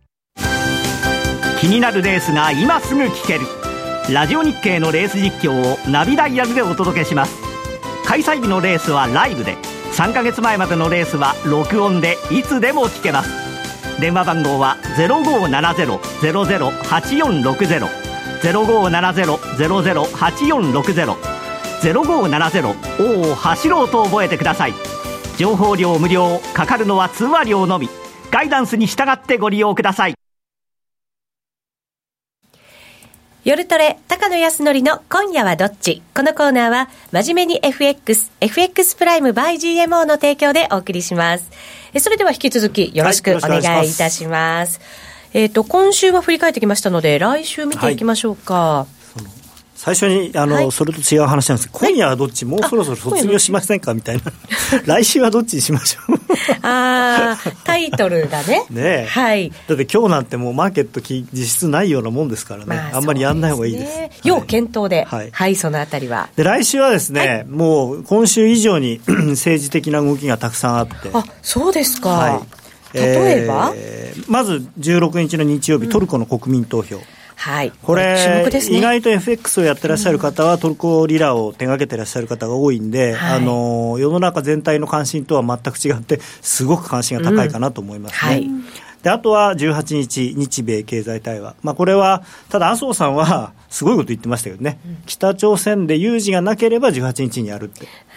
気になるレースが今すぐ聞けるラジオ日経のレース実況をナビダイヤルでお届けします。開催日のレースはライブで、3ヶ月前までのレースは録音でいつでも聞けます。電話番号は 0570-008460 0570-008460 0570 を走ろうと覚えてください。情報料無料、かかるのは通話料のみ。ガイダンスに従ってご利用ください。 夜トレ高野康則の今夜はどっち。このコーナーは真面目に FX プライム by GMO の提供でお送りします。それでは引き続きよろしくお願いいたします。今週は振り返ってきましたので来週見ていきましょうか。はい、 最初にはい、それと違う話なんですけど、今夜はどっち、もうそろそろ卒業しませんかみたいな来週はどっちにしましょうタイトルが ね、はい、 だって今日なんてもうマーケット実質ないようなもんですからね、あんまりやんない方がいいです。 要検討で、はいはい、そのあたりはで来週はですね、はい、もう今週以上に政治的な動きがたくさんあって。 あ、そうですか、はい、例えば、 まず16日の日曜日、トルコの国民投票、 はい、 これ、ね、意外と FX をやってらっしゃる方は、トルコリラを手掛けてらっしゃる方が多いんで、はい、世の中全体の関心とは全く違ってすごく関心が高いかなと思いますね、はい、であとは18日日米経済対話、これはただ麻生さんはすごいこと言ってましたけどね、北朝鮮で有事がなければ18日にやるって、はい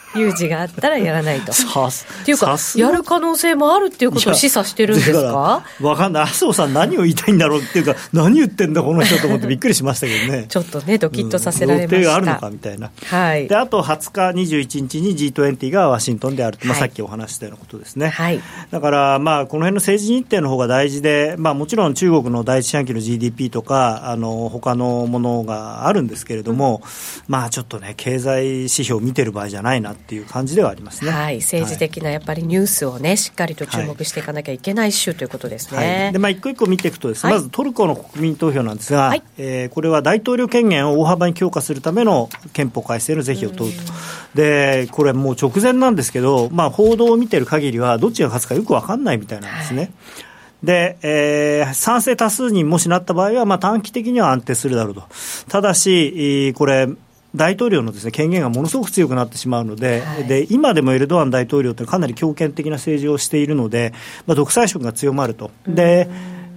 有事があったらやらないとっていうかやる可能性もあるっていうことを示唆してるんですか。 分かんない。麻生さん何を言いたいんだろうっていうか何言ってんだこの人と思ってびっくりしましたけどねちょっとねドキッとさせられました、 予定があるのかみたいな、はい、であと20日21日に G20 がワシントンであると、さっきお話したようなことですね、はい、だからこの辺の政治日程の方が大事で、もちろん中国の第一四半期の GDP とか他のものがあるんですけれども、ちょっとね経済指標を見てる場合じゃないなっていう感じではありますね、はい、 政治的なやっぱりニュースをねしっかりと注目していかなきゃいけない週ということですね、 はい、で一個一個見ていくとですね、まずトルコの国民投票なんですが、これは大統領権限を大幅に強化するための憲法改正の是非を問うと。でこれもう直前なんですけど、報道を見てる限りはどっちが勝つかよく分かんないみたいなんですね、で、賛成多数にもしなった場合は、短期的には安定するだろうと。ただしこれ大統領のですね、権限がものすごく強くなってしまうので、で今でもエルドアン大統領というのはかなり強権的な政治をしているので、独裁色が強まると。で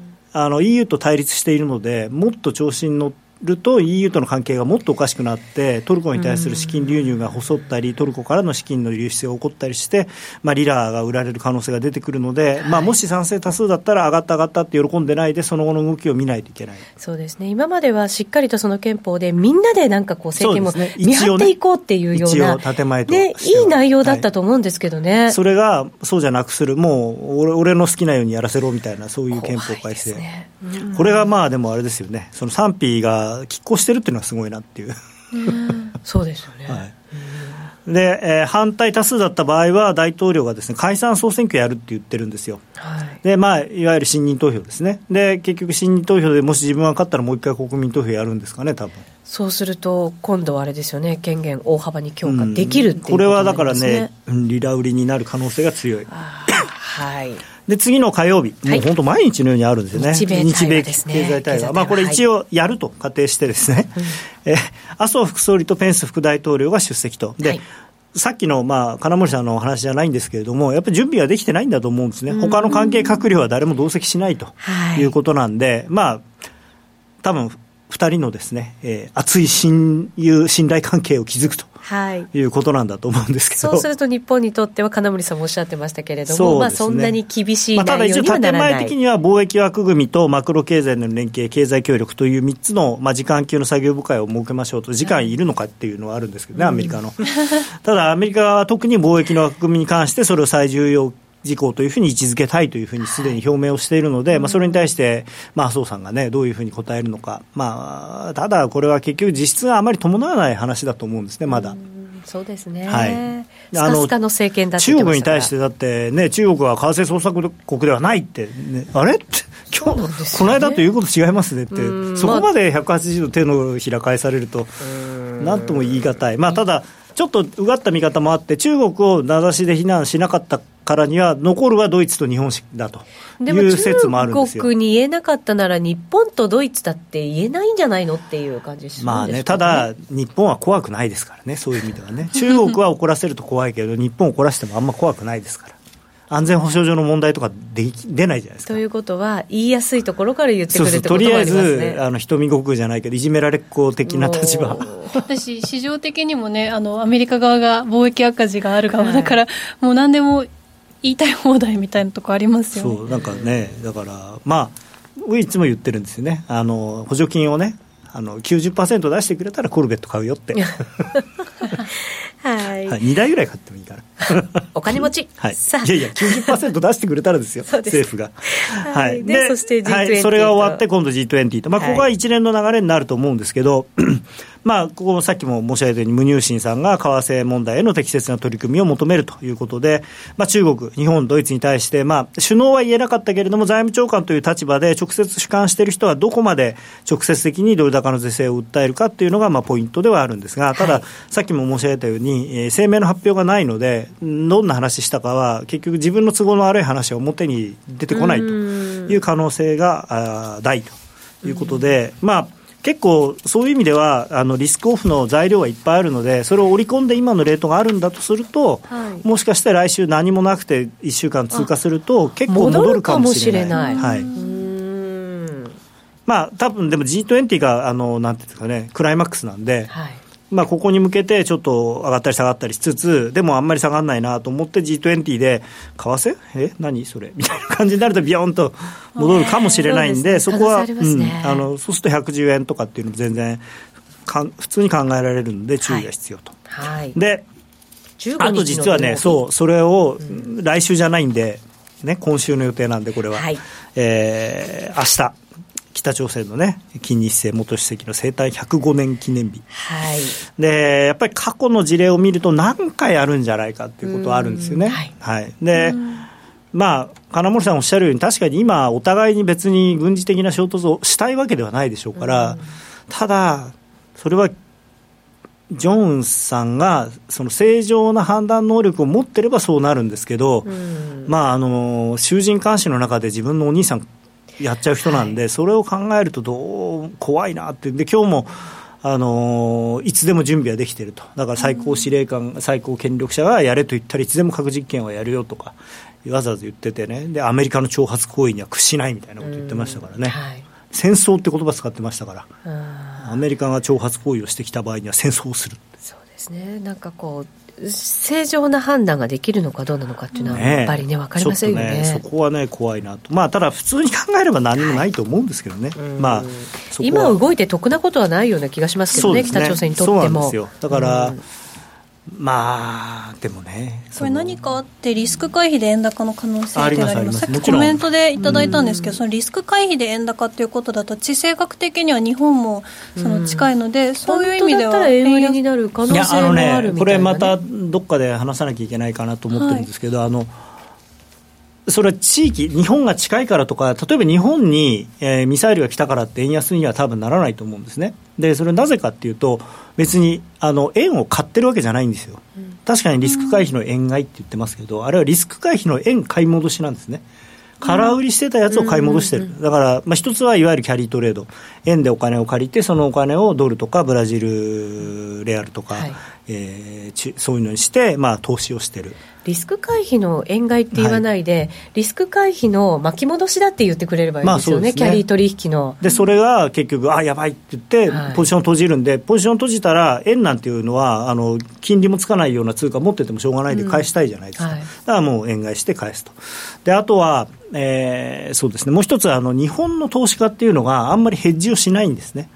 EU と対立しているのでもっと調子に乗ると EU との関係がもっとおかしくなってトルコに対する資金流入が細ったりトルコからの資金の流出が起こったりして、リラが売られる可能性が出てくるので、もし賛成多数だったら上がったって喜んでないでその後の動きを見ないといけない。 そうですね、今まではしっかりとその憲法でみんなで政権も見張っていこうっていうような、 建前といい内容だったと思うんですけどね、 それがそうじゃなくする、もう俺の好きなようにやらせろみたいな、そういう憲法改正、これがでもあれですよね、その賛否が拮抗してるっていうのはすごいなっていうそうですよね、 はいで反対多数だった場合は大統領がですね解散総選挙やるって言ってるんですよ、でいわゆる信任投票ですね。で結局信任投票でもし自分が勝ったらもう一回国民投票やるんですかね多分。 そうすると今度はあれですよね、権限大幅に強化できるっていうことこれはになりますね。 だからねリラ売りになる可能性が強い。 はい。 で次の火曜日、もう本当毎日のようにあるんですよね、 日米経済対話、これ一応やると仮定してですね、麻生副総理とペンス副大統領が出席と。で、さっきの金森さんのお話じゃないんですけれども、やっぱり準備ができてないんだと思うんですね。他の関係閣僚は誰も同席しないということなんで、多分2人のですね、熱い信頼関係を築くということなんだと思うんですけど、 そうすると日本にとっては金森さんもおっしゃってましたけれども、そんなに厳しい内容にはならない。 ただ一応建前的には貿易枠組みとマクロ経済の連携、経済協力という3つの、時間級の作業部会を設けましょうと。時間いるのかっていうのはあるんですけどね、アメリカのただアメリカは特に貿易の枠組みに関してそれを最重要事項というふうに位置づけたいというふうにすでに表明をしているので、それに対して麻生さんがねどういうふうに答えるのか、ただこれは結局実質があまり伴わない話だと思うんですね、まだ。 そうですね、 はい、 スカスカの政権だって言ってましたから。 中国に対してだってね、中国は為替操作国ではないって、あれって今日、この間と言うこと違いますねって、そこまで180度手のひら返されるとなんとも言い難い。ただちょっとうがった見方もあって、中国を名指しで非難しなかったからには残るはドイツと日本だという説もあるんですよ。 でも中国に言えなかったなら日本とドイツだって言えないんじゃないのっていう感じでするんですかね。 ただ日本は怖くないですからね、そういう意味ではね中国は怒らせると怖いけど日本を怒らせてもあんま怖くないですから、安全保障上の問題とか出ないじゃないですか。 ということは言いやすいところから言ってくれるってこともありますね。 とりあえず瞳悟空じゃないけどいじめられっ子的な立場私市場的にもね、アメリカ側が貿易赤字がある側だから、もう何でも言いたい放題みたいなとこありますよね。 そうなんかね、だからいつも言ってるんですよね、補助金をね90% 出してくれたらコルベット買うよって2台ぐらい買ってもいいからお金持ち、 いや 90% 出してくれたらですよ政府が、 でそして G20、 それが終わって今度 G20 と、ここは一連の流れになると思うんですけどここさっきも申し上げたようにムニューシンさんが為替問題への適切な取り組みを求めるということで、中国、日本、ドイツに対して、首脳は言えなかったけれども財務長官という立場で直接主管している人はどこまで直接的にドル高の是正を訴えるかというのがポイントではあるんですが、ただ、さっきも申し上げたように、声明の発表がないのでどんな話したかは結局自分の都合の悪い話は表に出てこないという可能性が大ということで、結構そういう意味ではリスクオフの材料はいっぱいあるので、それを織り込んで今のレートがあるんだとすると、もしかして来週何もなくて1週間通過すると結構戻るかもしれない。多分でも G20 がなんていうんですかね、クライマックスなんで、 まあ、ここに向けてちょっと上がったり下がったりしつつ、でもあんまり下がらないなと思って G20 で為替何それみたいな感じになるとビヨーンと戻るかもしれないんで、そこは、そうすると110円とかっていうのも全然普通に考えられるので注意が必要と、 はい、 であと実はね、それを来週じゃないんで、ね、今週の予定なんでこれは、はい、明日北朝鮮のね金日成元主席の生誕105年記念日、はい、でやっぱり過去の事例を見ると何回あるんじゃないかっていうことはあるんですよね、はいはい、でまあ金森さんおっしゃるように確かに今お互いに別に軍事的な衝突をしたいわけではないでしょうから、ただそれはジョンウンさんがその正常な判断能力を持ってればそうなるんですけど、まあ囚人監視の中で自分のお兄さんやっちゃう人なんで、はい、それを考えると怖いなって。で今日もいつでも準備はできていると。だから最高司令官、最高権力者がやれと言ったらいつでも核実験はやるよとかわざわざ言っててね。でアメリカの挑発行為には屈しないみたいなこと言ってましたからね、はい、戦争って言葉使ってましたから、アメリカが挑発行為をしてきた場合には戦争をする。 そうですね。なんかこう正常な判断ができるのかどうなのかっていうのはやっぱりね、分かりませんよね。 そこはね怖いなと。まあただ普通に考えれば何もないと思うんですけどね、はい、まあそこは今動いて得なことはないような気がしますけど ね、北朝鮮にとっても。そうなんですよ。 だから、まあでもねこれ何かあってリスク回避で円高の可能性ってあります。さっきコメントでいただいたんですけど、そのリスク回避で円高っていうことだと地政学的には日本もその近いので、そういう意味では円売りになる可能性もあるみたいな、ね、 これまたどっかで話さなきゃいけないかなと思ってるんですけど、はい、それは地域、日本が近いからとか、例えば日本に、ミサイルが来たからって円安には多分ならないと思うんですね。でそれはなぜかっていうと、別に円を買ってるわけじゃないんですよ。確かにリスク回避の円買いって言ってますけど、あれはリスク回避の円買い戻しなんですね。空売りしてたやつを買い戻してる。だから、一つはいわゆるキャリートレード、円でお金を借りてそのお金をドルとかブラジルレアルとか、はい、そういうのにして、投資をしてる。 リスク回避の円買いって言わないで、はい、リスク回避の巻き戻しだって言ってくれればいいですよね、キャリー取引の。 でそれが結局やばいって言ってポジションを閉じるんで、ポジションを閉じたら円なんていうのは金利もつかないような通貨持っててもしょうがないで返したいじゃないですか、はい、だからもう円買いして返すと。であとは、そうですね、もう一つ日本の投資家っていうのがあんまりヘッジをしないんですね。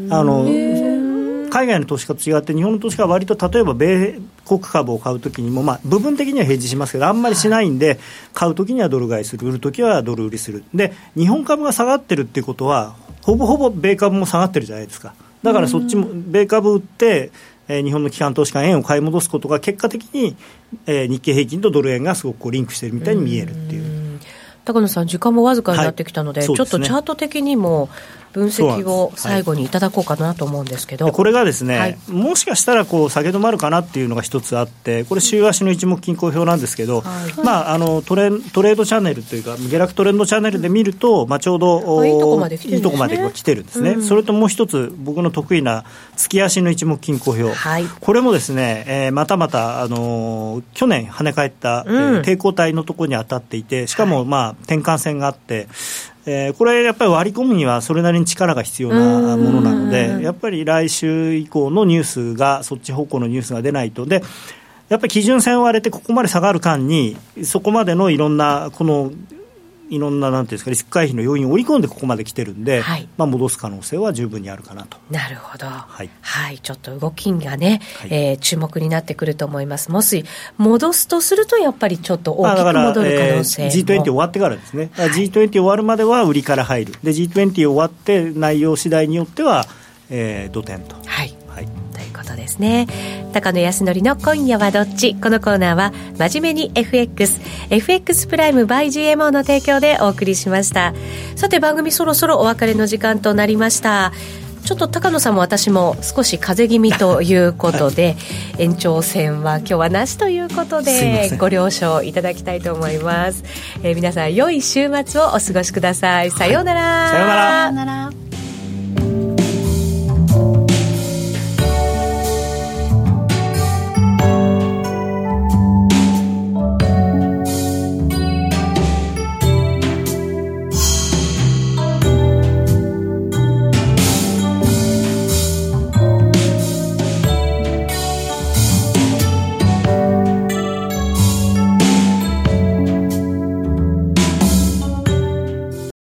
海外の投資家と違って日本の投資家は割と例えば米国株を買うときにも、部分的にはヘッジしますけどあんまりしないんで、買うときにはドル買いする、売るときはドル売りする。で日本株が下がってるっていうことはほぼほぼ米株も下がってるじゃないですか。だからそっちも米株売って日本の機関投資家が円を買い戻すことが結果的に日経平均とドル円がすごくリンクしているみたいに見えるっていう。 高野さん時間もわずかになってきたので、はい、ちょっとチャート的にも分析を最後にいただこうかなと思うんですけど、 はい、これがですね、はい、もしかしたら下げ止まるかなっていうのが一つあって、これ週足の一目均衡表なんですけど、はい、トレードチャンネルというか下落トレンドチャンネルで見ると、ちょうどいいとこまで来てるんですね。いいとこまで来てるんですね、それともう一つ僕の得意な月足の一目均衡表、はい、これもですね、また去年跳ね返った、抵抗体のところに当たっていて、しかも転換線があって、これやっぱり割り込むにはそれなりに力が必要なものなので、やっぱり来週以降のニュースがそっち方向のニュースが出ないと。でやっぱり基準線を割れてここまで下がる間にそこまでのいろんななんていうんですか、リスク回避の要因を織り込んでここまで来てるんで、はい、戻す可能性は十分にあるかなと。 なるほど、はいはい、ちょっと動きがね、はい、注目になってくると思います。もし戻すとするとやっぱりちょっと大きく戻る可能性も、 G20 終わってからですね、はい、G20 終わるまでは売りから入る。で G20 終わって内容次第によっては、土点と、 はいはい、ということですね。高野康則の今夜はどっち。このコーナーは真面目に FX プライム by GMO の提供でお送りしました。さて番組そろそろお別れの時間となりました。ちょっと高野さんも私も少し風邪気味ということで延長戦は今日はなしということでご了承いただきたいと思います。皆さん良い週末をお過ごしください。さようなら、 さようなら。 さようなら。